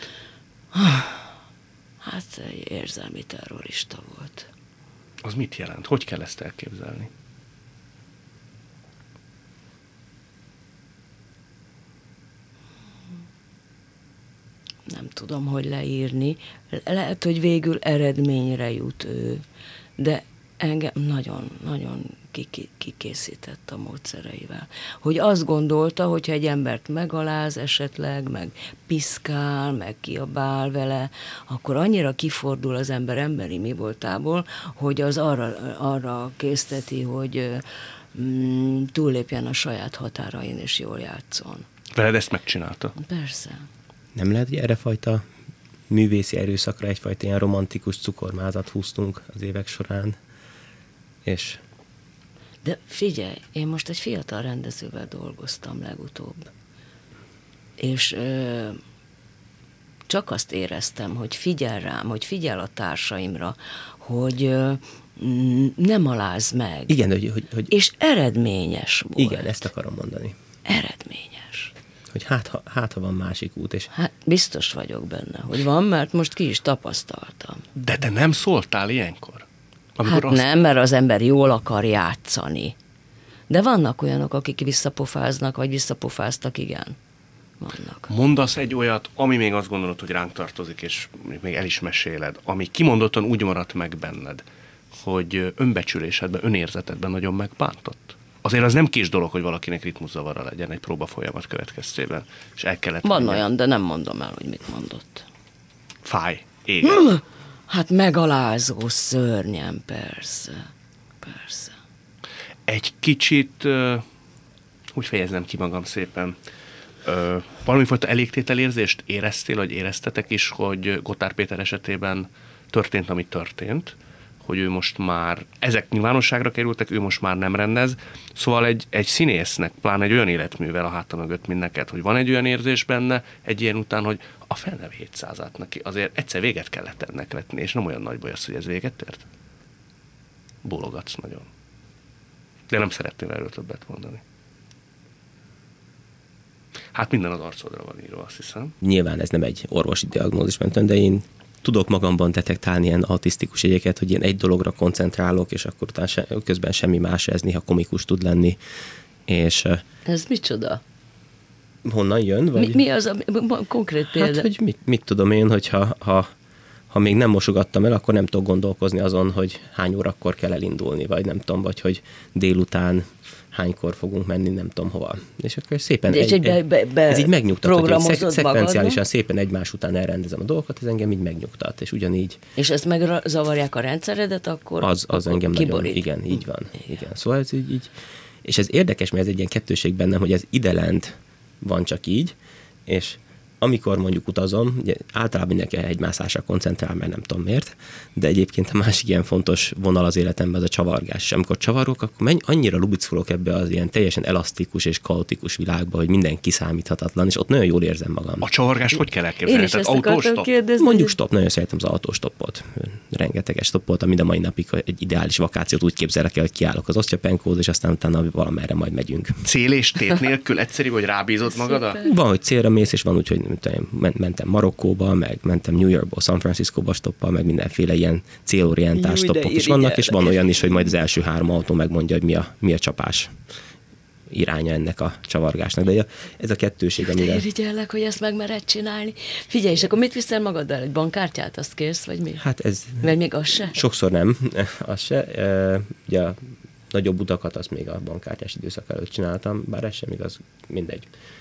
Hát egy érzelmi terrorista volt. Az mit jelent? Hogy kell ezt elképzelni? Nem tudom, hogy leírni. Le- Lehet, hogy végül eredményre jut ő, de engem nagyon-nagyon kiki- kikészített a módszereivel. Hogy azt gondolta, hogyha egy embert megaláz esetleg, meg piszkál, meg kiabál vele, akkor annyira kifordul az ember emberi mi voltából, hogy az arra, arra készteti, hogy mm, túllépjen a saját határain és jól játszon. Veled ezt megcsinálta? Persze. Nem lehet, hogy errefajta művészi erőszakra egyfajta ilyen romantikus cukormázat húztunk az évek során, és De figyelj, én most egy fiatal rendezővel dolgoztam legutóbb, és ö, csak azt éreztem, hogy figyel rám, hogy figyel a társaimra, hogy ö, m- nem aláz meg. igen, hogy, hogy, hogy És eredményes volt. igen, ezt akarom mondani, Eredményes. hogy hát ha, hát, ha van másik út, és Hát biztos vagyok benne, hogy van, mert most ki is tapasztaltam. De te nem szóltál ilyenkor? Amikor Hát nem, mert az ember jól akar játszani. De vannak olyanok, akik visszapofáznak, vagy visszapofáztak, igen. Vannak. Mondasz egy olyat, ami még azt gondolod, hogy ránk tartozik, és még el is meséled, ami kimondottan úgy maradt meg benned, hogy önbecsülésedben, önérzetedben nagyon megbántott? Azért az nem kis dolog, hogy valakinek ritmuszavara legyen egy próba folyamat következtében, és el kellett Van mennie. olyan, de nem mondom el, hogy mit mondott. Fáj, éget. Hát megalázó, szörnyen, persze. Persze. Egy kicsit, uh, úgy fejezem ki magam szépen, Ö, valamifajta elégtételérzést éreztél, vagy éreztetek is, hogy Gotthárd Péter esetében történt, ami történt, hogy ő most már, ezek nyilvánosságra kerültek, ő most már nem rendez. Szóval egy, egy színésznek, pláne egy olyan életművel a háta mögött, mint neked, hogy van egy olyan érzés benne egy ilyen után, hogy a felnev hétszázat neki azért egyszer véget kellett ennek vetni, és nem olyan nagy baj az, hogy ez véget ért? Bólogatsz nagyon. De nem szeretném erről többet mondani. Hát minden az arcodra van írva, azt hiszem. Nyilván ez nem egy orvosi diagnózis, de én tudok magamban detektálni ilyen autisztikus jegyeket, hogy én egy dologra koncentrálok, és akkor utána se, közben semmi más, ez néha komikus tud lenni. És ez micsoda? Honnan jön? Vagy? Mi, mi az a konkrét példa? Hát, hogy mit, mit tudom én, hogyha ha, ha még nem mosogattam el, akkor nem tudok gondolkozni azon, hogy hány órakor kell elindulni, vagy nem tudom, vagy hogy délután hánykor fogunk menni, nem tudom hova. És akkor szépen egy, egy, be, be, be ez így megnyugtat, hogy szek, szekvenciálisan magadon. Szépen egymás után elrendezem a dolgokat, ez engem így megnyugtat, és ugyanígy. És ezt megzavarják a rendszeredet, akkor Az, az akkor engem kiborít. Nagyon, igen, így van. Igen. Szóval ez így, így, és ez érdekes, mert ez egy ilyen kettőség bennem, hogy ez ide-lent van csak így, és amikor mondjuk utazom, ugye általában mindenki hegymászásra koncentrál, mert nem tudom miért, de egyébként a másik ilyen fontos vonal az életemben az a csavargás. És amikor csavargok, akkor menj, annyira lubickolok ebbe az ilyen teljesen elasztikus és kaotikus világba, hogy minden kiszámíthatatlan, és ott nagyon jól érzem magam. A csavargást hogy kell elképzelni? Tehát autóstop? Mondjuk stop, nagyon szeretem az autóstoppot. Rengeteges stoppot, amit a mai napig egy ideális vakációt úgy képzelek el, hogy kiállok az osztyapenkóz, és aztán utána valamerre majd megyünk. Cél és tét nélkül egyszerű, hogy rábízod magad? Van, hogy célra mész, és van úgy, hogy mentem Marokkóba, meg mentem New Yorkból, San Franciscóba stoppal, meg mindenféle ilyen célorientált stoppok is vannak, és van olyan is, hogy majd az első három autó megmondja, hogy mi a, mi a csapás iránya ennek a csavargásnak. De ez a kettőség, amire... De irigyellek, hogy ezt megmered csinálni. Figyelj, és akkor mit viszel magaddal? Egy bankkártyát, azt kérsz, vagy mi? Hát ez... Mert még az se? Sokszor nem, az se. Ugye a nagyobb utakat azt még a bankkártyás időszak előtt csináltam, bár ez sem igaz, mindegy.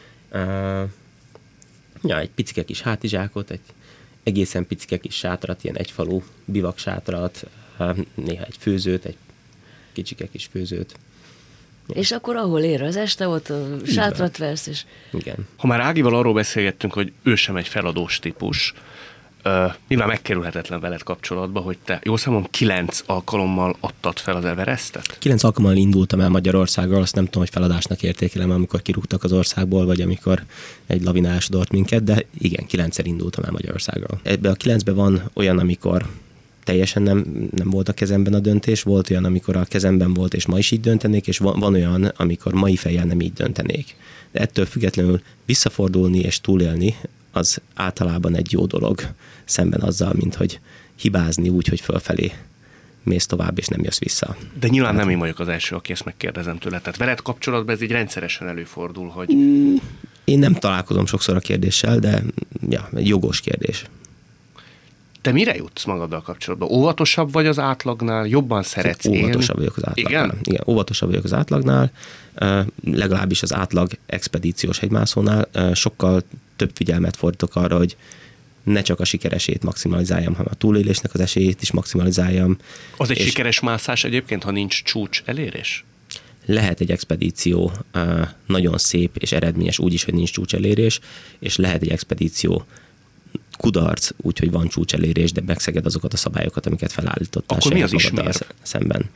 Ja, egy picike kis hátizsákot, egy egészen picike kis sátrat, ilyen egyfalú bivak sátrat, néha egy főzőt, egy kicsike kis főzőt. Ja. És akkor ahol ér az este, ott a sátrat vesz, és... Igen. Ha már Ágival arról beszélgettünk, hogy ő sem egy feladós típus, uh, nyilván megkerülhetetlen veled kapcsolatban, hogy te, jól számom, kilenc alkalommal adtad fel az Everestet? Kilenc alkalommal indultam el Magyarországról, azt nem tudom, hogy feladásnak értékelem, amikor kirúgtak az országból, vagy amikor egy lavina elsodort minket, de igen, kilencszer indultam el Magyarországról. Ebben a kilencben van olyan, amikor teljesen nem, nem volt a kezemben a döntés, volt olyan, amikor a kezemben volt, és ma is így döntenék, és van, van olyan, amikor mai fejjel nem így döntenék. De ettől függetlenül visszafordulni és túlélni, az általában egy jó dolog, szemben azzal, mint hogy hibázni úgy, hogy fölfelé mész tovább, és nem jössz vissza. De nyilván hát, nem én vagyok az első, aki ezt megkérdezem tőle. Tehát veled kapcsolatban ez így rendszeresen előfordul, hogy... Én nem találkozom sokszor a kérdéssel, de ja, egy jogos kérdés. Te mire jutsz magaddal kapcsolatban? Óvatosabb vagy az átlagnál? Jobban szeretsz élni? Óvatosabb vagyok az átlagnál. Igen? Igen, óvatosabb vagyok az átlagnál. Uh, legalábbis az átlag expedíciós hegymászónál uh, sokkal több figyelmet fordítok arra, hogy ne csak a sikeresét maximalizáljam, hanem a túlélésnek az esélyét is maximalizáljam. Az egy sikeres mászás egyébként, ha nincs csúcs elérés? Lehet egy expedíció uh, nagyon szép és eredményes úgy is, hogy nincs csúcselérés, és lehet egy expedíció kudarc, úgyhogy van csúcselérés, de megszeged azokat a szabályokat, amiket felállítottál. Akkor mi az ismérv? Szemben.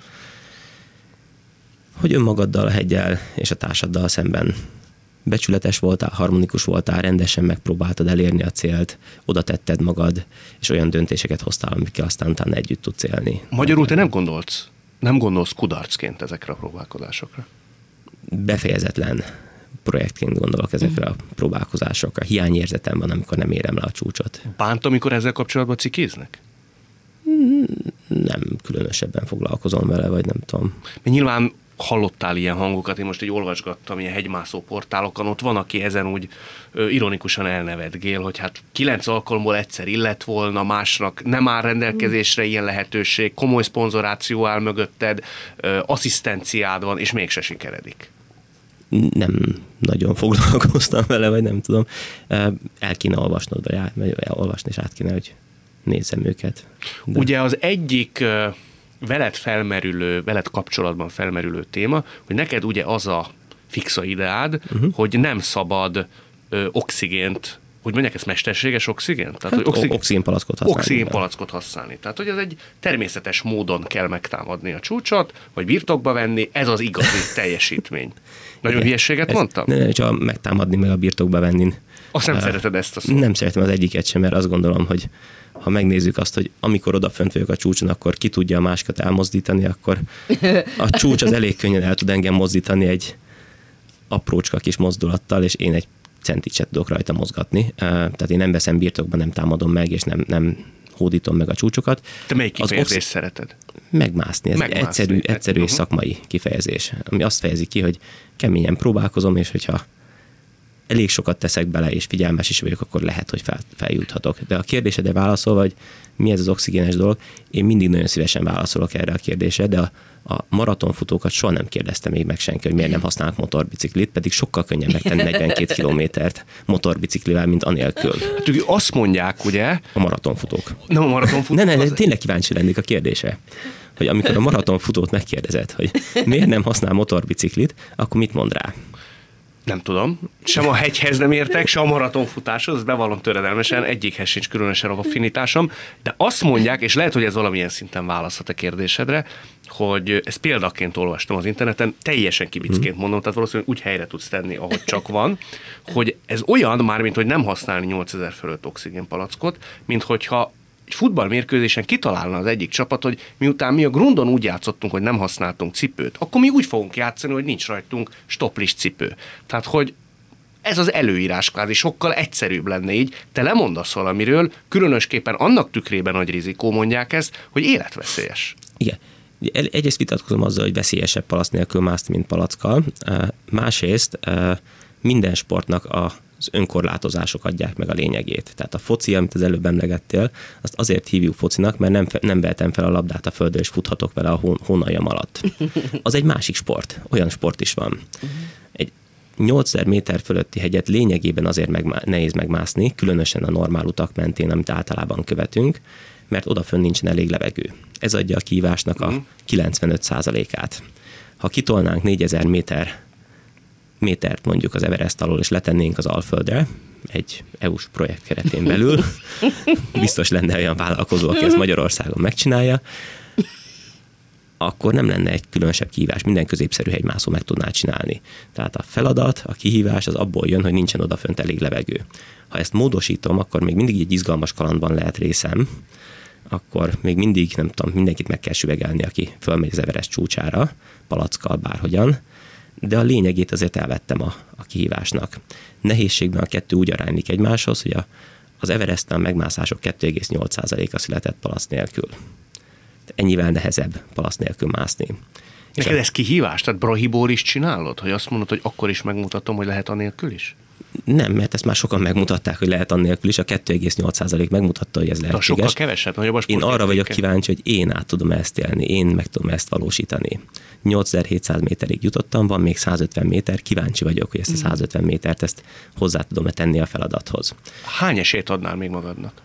Hogy önmagaddal, a heggyel és a társaddal szemben becsületes voltál, harmonikus voltál, rendesen megpróbáltad elérni a célt, oda tetted magad, és olyan döntéseket hoztál, amikkel aztán utána együtt tudsz élni. Magyarul te nem gondolsz, nem gondolsz kudarcként ezekre a próbálkozásokra? Befejezetlen projektként gondolok ezekre a próbálkozásokra. Hiányérzetem van, amikor nem érem le a csúcsot. Bánt, amikor ezzel kapcsolatban cikiznek? Nem különösebben foglalkozom vele, vagy nem tudom. Mert nyilván hallottál ilyen hangokat, én most így olvasgattam ilyen hegymászó portálokon, ott van, aki ezen úgy ö, ironikusan elnevetgél, hogy hát kilenc alkalomból egyszer illett volna, másnak nem áll rendelkezésre ilyen lehetőség, komoly szponzoráció áll mögötted, ö, asszisztenciád van, és mégse sikeredik. Nem nagyon foglalkoztam vele, vagy nem tudom. El kéne olvasnod, vagy olvasni, és át kéne, hogy nézzem őket. De... Ugye az egyik veled felmerülő, veled kapcsolatban felmerülő téma, hogy neked ugye az a fixa ideád, uh-huh. hogy nem szabad ö, oxigént, hogy mondják, ez mesterséges oxigén? Tehát, Hát, hogy oxig... oxigénpalackot használni. Oxigénpalackot használni. Tehát, hogy ez egy természetes módon kell megtámadni a csúcsot, vagy birtokba venni, ez az igazi teljesítmény. Nagyon Igen. hülyeséget ez, mondtam? Nem, nem, csak megtámadni, meg a birtokba venni. Azt nem uh, szereted ezt a szót. Nem szeretem az egyiket sem, mert azt gondolom, hogy ha megnézzük azt, hogy amikor odafönt vagyok a csúcson, akkor ki tudja a másikat elmozdítani, akkor a csúcs az elég könnyen el tud engem mozdítani egy aprócska kis mozdulattal, és én egy centit se tudok rajta mozgatni. Tehát én nem veszem birtokba, nem támadom meg, és nem, nem hódítom meg a csúcsokat. Te melyik kifejezést ox... szereted? Megmászni. Ez Megmászni. egy egyszerű, egyszerű és szakmai kifejezés, ami azt fejezi ki, hogy keményen próbálkozom, és hogyha elég sokat teszek bele, és figyelmes is vagyok, akkor lehet, hogy fel, feljuthatok. De a kérdésedre válaszolva, hogy mi ez az oxigénes dolog, én mindig nagyon szívesen válaszolok erre a kérdésre, de a, a maratonfutókat soha nem kérdezte még meg senki, hogy miért nem használnak motorbiciklit, pedig sokkal könnyebb megtenni negyvenkét kilométert motorbiciklivel, mint anélkül. Hát, azt mondják, ugye? A maratonfutók. Nem a maratonfutók. Ne, ne, ne, az... tényleg kíváncsi lennék a kérdésre. Hogy amikor a maratonfutót megkérdezed, hogy miért nem használ motorbiciklit, akkor mit mond rá? Nem tudom. Sem a hegyhez nem értek, sem a maratonfutáshoz, ezt bevallom töredelmesen, egyikhez sincs különösen affinitásom, de azt mondják, és lehet, hogy ez valamilyen szinten választhat a kérdésedre, hogy ezt példaként olvastam az interneten, teljesen kibicként mondom, tehát valószínűleg úgy helyre tudsz tenni, ahogy csak van, hogy ez olyan, mármint, hogy nem használni nyolcezer fölött oxigénpalackot, mint hogyha egy futballmérkőzésen kitalálna az egyik csapat, hogy miután mi a grundon úgy játszottunk, hogy nem használtunk cipőt, akkor mi úgy fogunk játszani, hogy nincs rajtunk stoplis cipő. Tehát, hogy ez az előírás kvázi sokkal egyszerűbb lenne így. Te lemondasz valamiről, különösképpen annak tükrében nagy rizikó, mondják ezt, hogy életveszélyes. Igen. Egyrészt vitatkozom azzal, hogy veszélyesebb palack nélkül mászni, mint palackkal. Másrészt minden sportnak a az önkorlátozások adják meg a lényegét. Tehát a foci, amit az előbb emlegettél, azt azért hívjuk focinak, mert nem, nem vehetem fel a labdát a földre, és futhatok vele a hón, hónaljam alatt. Az egy másik sport. Olyan sport is van. Egy nyolcezer méter fölötti hegyet lényegében azért meg, nehéz megmászni, különösen a normál utak mentén, amit általában követünk, mert odafönn nincsen elég levegő. Ez adja a kihívásnak a kilencvenöt százalékát. Ha kitolnánk négyezer méter métert mondjuk az Everest alól, és letennénk az Alföldre, egy é u-s projekt keretén belül, biztos lenne olyan vállalkozó, aki ezt Magyarországon megcsinálja, akkor nem lenne egy különösebb kihívás, minden középszerű hegymászó meg tudná csinálni. Tehát a feladat, a kihívás az abból jön, hogy nincsen odafönt elég levegő. Ha ezt módosítom, akkor még mindig egy izgalmas kalandban lehet részem, akkor még mindig, nem tudom, mindenkit meg kell süvegelni, aki fölmegy az Everest csúcsára, palackkal, bárhogyan, de a lényegét azért elvettem a, a kihívásnak. Nehézségben a kettő úgy aránylik egymáshoz, hogy a, az Everesten megmászások kettő egész nyolc százaléka született palac nélkül. Ennyivel nehezebb palac nélkül mászni. Neked ez kihívás? Tehát Brahiból is csinálod? Hogy azt mondod, hogy akkor is megmutatom, hogy lehet anélkül is? Nem, mert ezt már sokan megmutatták, hogy lehet annélkül is. A kettő egész nyolc százalék megmutatta, hogy ez lehetséges. Sokkal kevesebb, nagyobb a Én arra vagyok kíváncsi, hogy én át tudom ezt élni, én meg tudom ezt valósítani. nyolcezer-hétszáz méterig jutottam, van még százötven méter, kíváncsi vagyok, hogy ezt a százötven métert ezt hozzá tudom-e tenni a feladathoz. Hány esélyt adnál még magadnak?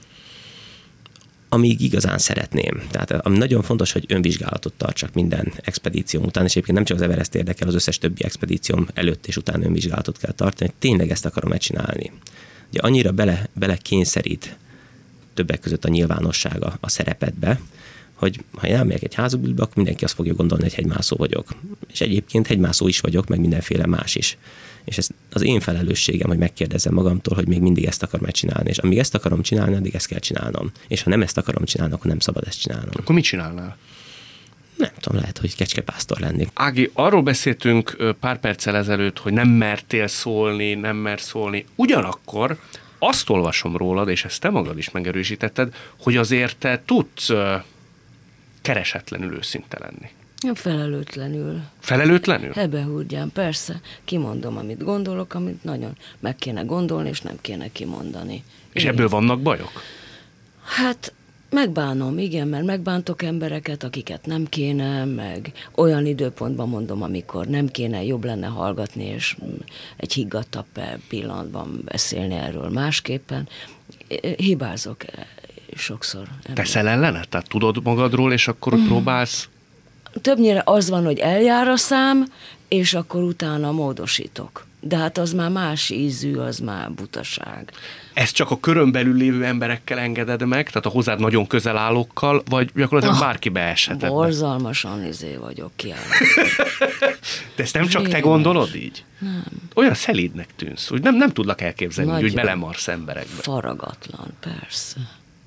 Amíg igazán szeretném. Tehát ami nagyon fontos, hogy önvizsgálatot tartsak minden expedíció után, és egyébként nem csak az Everest érdekel, az összes többi expedícióm előtt és után önvizsgálatot kell tartani, hogy tényleg ezt akarom megcsinálni. Ugye annyira bele, bele kényszerít többek között a nyilvánossága a szerepedbe, hogy ha én elmegyek egy házubülbe, akkor mindenki azt fogja gondolni, hogy hegymászó vagyok. És egyébként hegymászó is vagyok, meg mindenféle más is. És ez az én felelősségem, hogy megkérdezzem magamtól, hogy még mindig ezt akarom megcsinálni. És amíg ezt akarom csinálni, addig ezt kell csinálnom. És ha nem ezt akarom csinálni, akkor nem szabad ezt csinálnom. Akkor mit csinálnál? Nem tudom, lehet, hogy kecskepásztor lennék. Ági, arról beszéltünk pár perccel ezelőtt, hogy nem mertél szólni, nem mer szólni. Ugyanakkor azt olvasom rólad, és ezt te magad is megerősítetted, hogy azért te tudsz keresetlenül őszinte lenni. Felelőtlenül. Felelőtlenül? Hebehúrgyán, persze. Kimondom, amit gondolok, amit nagyon meg kéne gondolni, és nem kéne kimondani. És igen. Ebből vannak bajok? Hát megbánom, igen, mert megbántok embereket, akiket nem kéne, meg olyan időpontban mondom, amikor nem kéne, jobb lenne hallgatni, és egy higgadtabb pillanatban beszélni erről másképpen. Hibázok sokszor. Teszel ellene? Tehát tudod magadról, és akkor hmm. próbálsz többnyire az van, hogy eljár a szám, és akkor utána módosítok. De hát az már más ízű, az már butaság. Ezt csak a körön belül lévő emberekkel engeded meg, tehát a hozzád nagyon közel állókkal, vagy gyakorlatilag bárki beeshetett? Borzalmasan izé vagyok kiálló. De ezt nem csak te Rémes. gondolod így? Nem. Olyan szelídnek tűnsz, hogy nem, nem tudlak elképzelni, Nagyon. hogy belemarsz emberekbe. Faragatlan, persze.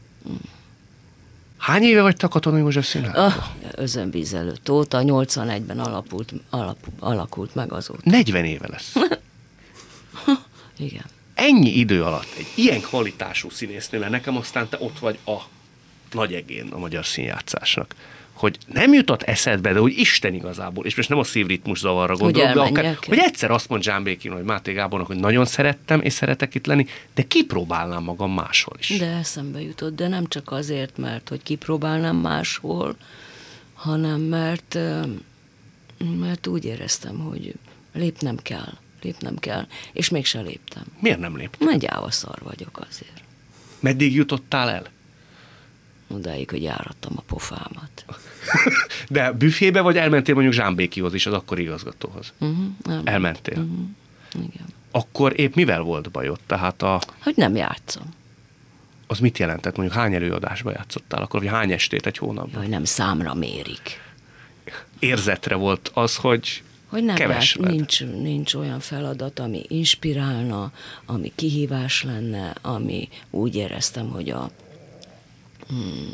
Hány éve vagy te a Katona József Színházban? Ah, özönvíz előtt óta, nyolcvanegyben alapult, alap, alakult meg azóta. negyven éve lesz. Igen. Ennyi idő alatt egy ilyen kvalitású színésznővel, nekem aztán te ott vagy a nagy egén a magyar színjátszásnak, hogy nem jutott eszedbe, de hogy Isten igazából, és most nem a szívritmus zavarra gondolok, de akár, hogy egyszer azt mond Zsán Békin, hogy Máté Gábornak, hogy nagyon szerettem, és szeretek itt lenni, de kipróbálnám magam máshol is. De eszembe jutott, de nem csak azért, mert hogy kipróbálnám máshol, hanem mert, ö, mert úgy éreztem, hogy lépnem kell, lépnem kell, és mégsem léptem. Miért nem léptem? Nagyjába szar vagyok azért. Meddig jutottál el? Odáig, hogy járattam a pofámat. De büfébe, vagy elmentél mondjuk Zsán Békihoz is, az akkori igazgatóhoz? Uh-huh, nem. Elmentél? Uh-huh. Igen. Akkor épp mivel volt bajod? Tehát a, Hogy nem játszom. az mit jelentett? Mondjuk hány előadásba játszottál akkor, vagy hány estét egy hónapban? Jaj, nem számra mérik. Érzetre volt az, hogy Hogy nem keves ját, lett. nincs, nincs olyan feladat, ami inspirálna, ami kihívás lenne, ami úgy éreztem, hogy a hmm,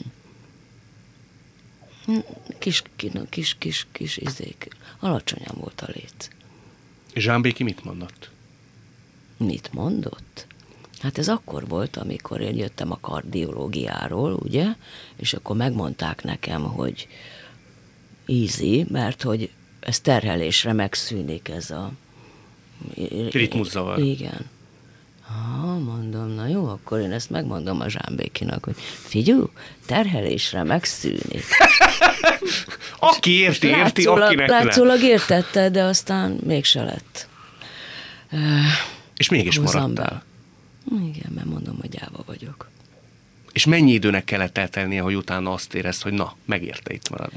kis, kis, kis, kis izék, alacsonyan volt a léc. Zsán Béki mit mondott? Mit mondott? Hát ez akkor volt, amikor én jöttem a kardiológiáról, ugye, és akkor megmondták nekem, hogy easy, mert hogy ez terhelésre megszűnik ez a Ritmuszavar. Igen. Ha, mondom, na jó, akkor én ezt megmondom a Zsán Békinak, hogy figyelj, terhelésre megszűnik. Aki érti, érti, Látszólag, akinek nem. látszólag értette, de aztán mégse lett. És mégis Hozzam maradtál. be. Igen, mert mondom, hogy gyáva vagyok. És mennyi időnek kellett eltelnie, hogy utána azt érezd, hogy na, megérte itt maradni?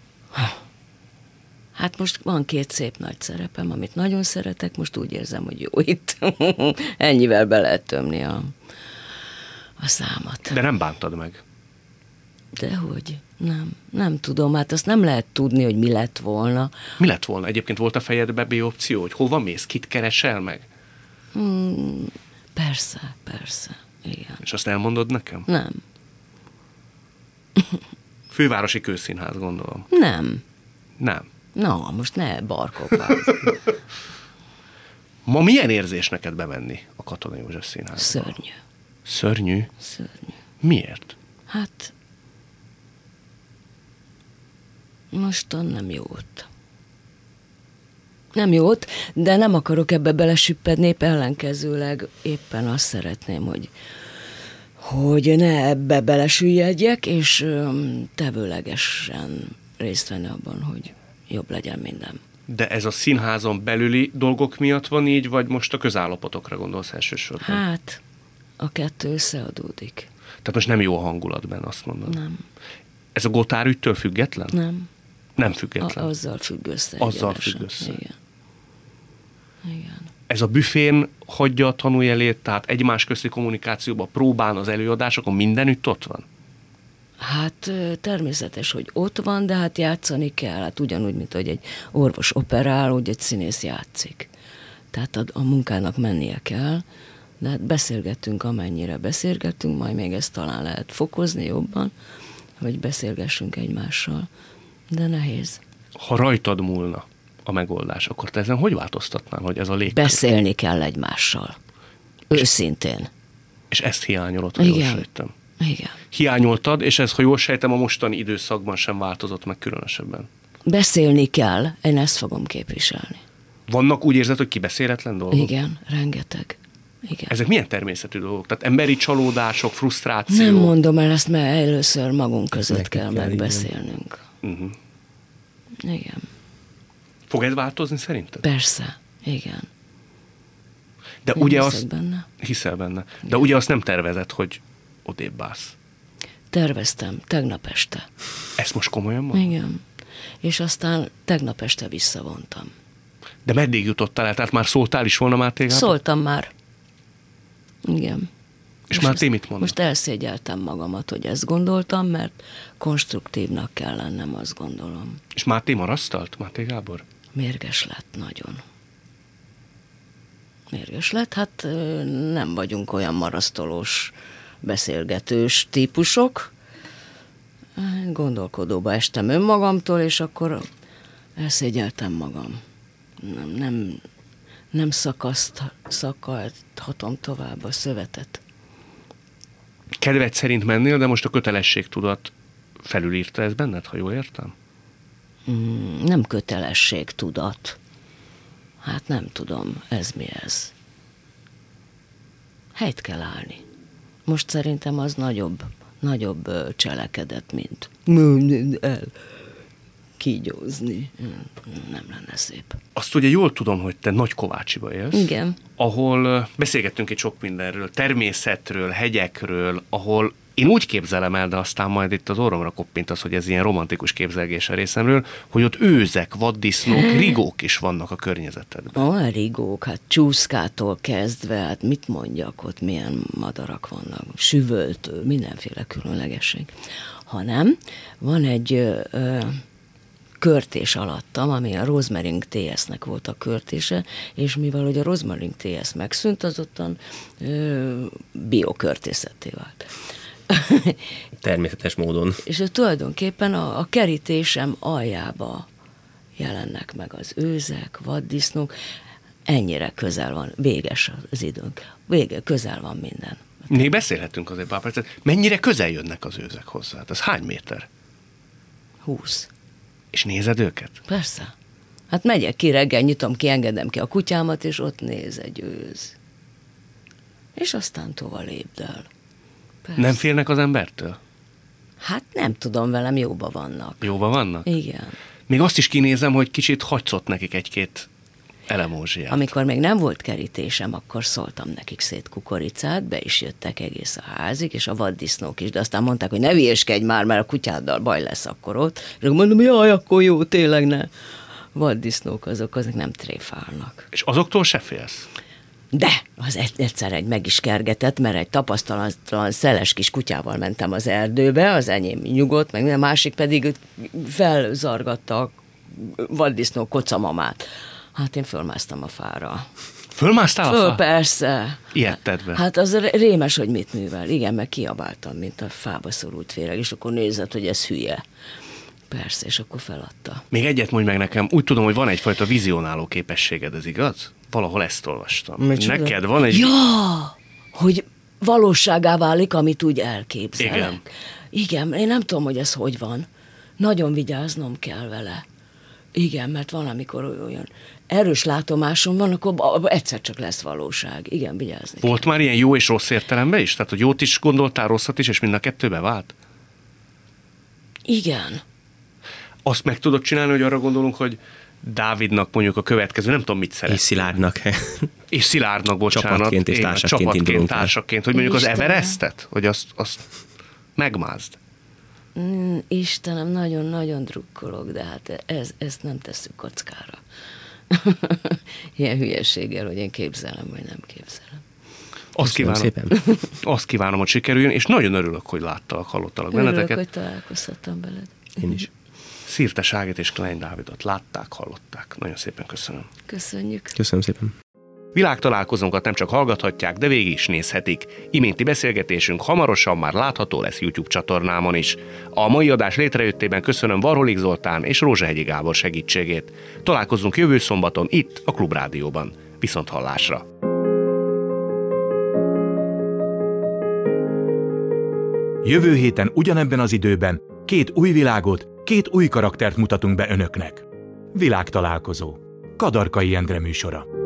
Hát most van két szép nagy szerepem, amit nagyon szeretek, most úgy érzem, hogy jó itt. Ennyivel be lehet tömni a, a számat. De nem bántad meg. Dehogy? Nem, nem tudom, hát azt nem lehet tudni, hogy mi lett volna. Mi lett volna? Egyébként volt a fejedbe B opció, hogy hova mész, kit keresel meg? Hmm, persze, persze, igen. És azt elmondod nekem? Nem, Fővárosi Kőszínház, gondolom. nem. Nem. Na, most ne barkokváz. Ma milyen érzés neked bemenni a Katona József Színházba? Szörnyű, Szörnyű? szörnyű. Miért? Hát, mostan nem jót. Nem jót, de nem akarok ebbe belesüppedni, épp ellenkezőleg éppen azt szeretném, hogy, hogy ne ebbe belesüllyedjek, és öm, tevőlegesen részt venni abban, hogy jobb legyen minden. De ez a színházon belüli dolgok miatt van így, vagy most a közállapotokra gondolsz elsősorban? Hát, a kettő összeadódik. Tehát most nem jó a hangulatban, azt mondod. Nem, Ez a Gotár ügytől független? nem. Nem A, független. azzal függ össze. Azzal egyenesen. függ össze. Igen. Igen. Ez a büfén hagyja a tanújelét, tehát egymás közti kommunikációban, próbán, az előadásokon, mindenütt ott van? Hát ö, természetes, hogy ott van, de hát játszani kell. Hát ugyanúgy, mint hogy egy orvos operál, úgy egy színész játszik. Tehát a, a munkának mennie kell, de hát beszélgettünk, amennyire beszélgettünk, majd még ezt talán lehet fokozni jobban, hogy beszélgessünk egymással. De nehéz. Ha rajtad múlna a megoldás, akkor te ezen hogy változtatnál, hogy ez a légkör? Beszélni kell egymással. Őszintén. És ezt hiányolod, ha jól Igen. sejtem. Igen. Hiányoltad, és ez, ha jól sejtem, a mostani időszakban sem változott meg különösebben. Beszélni kell, én ezt fogom képviselni. Vannak úgy érzed, hogy kibeszéletlen dolgok? Igen, rengeteg. Igen. Ezek milyen természetű dolgok? Tehát emberi csalódások, frusztráció? Nem mondom el ezt, mert először magunk között Nekik kell kell, megbeszélnünk. Uh-huh. Igen. Fog ez változni szerinted? Persze, igen. De Én ugye hiszek azt... benne. Hiszel benne. De ugye azt nem tervezed, hogy odébb állsz. Terveztem, tegnap este. Ezt most komolyan mondod? Igen. és aztán tegnap este visszavontam. De meddig jutottál el? Tehát már szóltál is volna Máté Gábor? Szóltam már. Igen. És Máté mit mondott? Most elszégyeltem magamat, hogy ezt gondoltam, mert konstruktívnak kell lennem, azt gondolom. És Máté marasztalt, Máté Gábor? Mérges lett nagyon. Mérges lett, hát nem vagyunk olyan marasztolós, beszélgetős típusok. Gondolkodóba estem önmagamtól, és akkor elszégyeltem magam. Nem, nem, nem szakaszt, szakadhatom tovább a szövetet. Kedved szerint mennél, de most a kötelességtudat felülírta ez benned, ha jól értem? Mm, nem kötelességtudat. Hát nem tudom, ez mi ez. Helyt kell állni. Most szerintem az nagyobb, nagyobb cselekedet, mint el kígyózni. Nem lenne szép. Azt ugye jól tudom, hogy te Nagykovácsiba élsz. Igen. Ahol beszélgettünk egy sok mindenről, természetről, hegyekről, ahol én úgy képzelem el, de aztán majd itt az orromra koppintasz, hogy ez ilyen romantikus képzelgés a részemről, hogy ott őzek, vaddisznók, rigók is vannak a környezetedben. Olyan rigók, hát csúszkától kezdve, hát mit mondjak, ott milyen madarak vannak, süvöltő, mindenféle különlegesség. Hanem van egy ö, ö, körtés alattam, ami a Rosmarin té es-nek volt a körtése, és mivel hogy a Rosmarin té es megszűnt, azottan ö, biokörtészetté vált. Természetes módon. És tulajdonképpen a, a kerítésem aljába jelennek meg az őzek, vaddisznók, ennyire közel van, véges az időnk, vége, közel van minden. Még beszélhetünk azért pár percet. Mennyire közel jönnek az őzek hozzá? Ez hány méter? Húsz. És nézed őket? Persze. Hát megyek ki reggel, nyitom ki, engedem ki a kutyámat, és ott néz egy őz. És aztán tova lépd el. Persze. Nem félnek az embertől? Hát nem tudom, velem jóba vannak. Jóba vannak? Igen. Még azt is kinézem, hogy kicsit hagyzott nekik egy-két elemózsiát. Amikor még nem volt kerítésem, akkor szóltam nekik szét kukoricát, be is jöttek egész a házig, és a vaddisznók is, de aztán mondták, hogy ne hülyéskedj már, mert a kutyáddal baj lesz akkor ott. És akkor mondom, jaj, akkor jó, tényleg ne. Vaddisznók azok, azok nem tréfálnak. És azoktól se félsz? De az egyszer egy meg is kergetett, mert egy tapasztalatlan szeles kis kutyával mentem az erdőbe, az enyém nyugodt, meg a másik pedig felzargatta a vaddisznó kocamamát. Hát én fölmásztam a fára. Fölmásztál Föl, a fára? Persze. Ijedted be. Hát az rémes, hogy mit művel. Igen, meg kiabáltam, mint a fába szorult féreg, és akkor nézett, hogy ez hülye. Persze, és akkor feladta. Még egyet mondj meg nekem, úgy tudom, hogy van egyfajta vizionáló képességed, ez igaz? Valahol ezt olvastam. Micsoda? Neked van egy... Ja, hogy valóságá válik, amit úgy elképzelek. Igen. Igen, én nem tudom, hogy ez hogy van. Nagyon vigyáznom kell vele. Igen, mert van, amikor olyan erős látomásom van, akkor egyszer csak lesz valóság. Igen, vigyázni Volt kell. már ilyen jó és rossz értelemben is? Tehát, hogy jót is gondoltál, rosszat is, és mind a kettőbe vált? Igen. Azt meg tudod csinálni, hogy arra gondolunk, hogy Dávidnak mondjuk a következő, nem tudom, mit szeret. És Szilárdnak. És Szilárdnak, bocsánat. Csapatként és Én, társaként csapatként, indulunk el. társaként, hogy mondjuk Istenem. az Everestet, hogy azt, azt megmázd. Mm, Istenem, nagyon-nagyon drukkolok, de hát ez, ezt nem tesszük kockára. Ilyen hülyeséggel, hogy én képzelem, vagy nem képzelem. Azt Köszönöm kívánom, szépen. azt kívánom, hogy sikerüljön, és nagyon örülök, hogy láttalak, hallottalak Örülök, benneteket. hogy találkozhattam veled. Én is. Szirtes Ságit és Klein Dávidot látták, hallották. Nagyon szépen köszönöm. Köszönjük. Köszönöm szépen. Világtalálkozónkat nem csak hallgathatják, de végig is nézhetik. Iménti beszélgetésünk hamarosan már látható lesz YouTube csatornámon is. A mai adás létrejöttében köszönöm Varholik Zoltán és Rózsahegyi Gábor segítségét. Találkozunk jövő szombaton itt a Klubrádióban. Viszont hallásra! Jövő héten ugyanebben az időben két új világot, két új karaktert mutatunk be önöknek. Világtalálkozó. Kadarkai Endre műsora.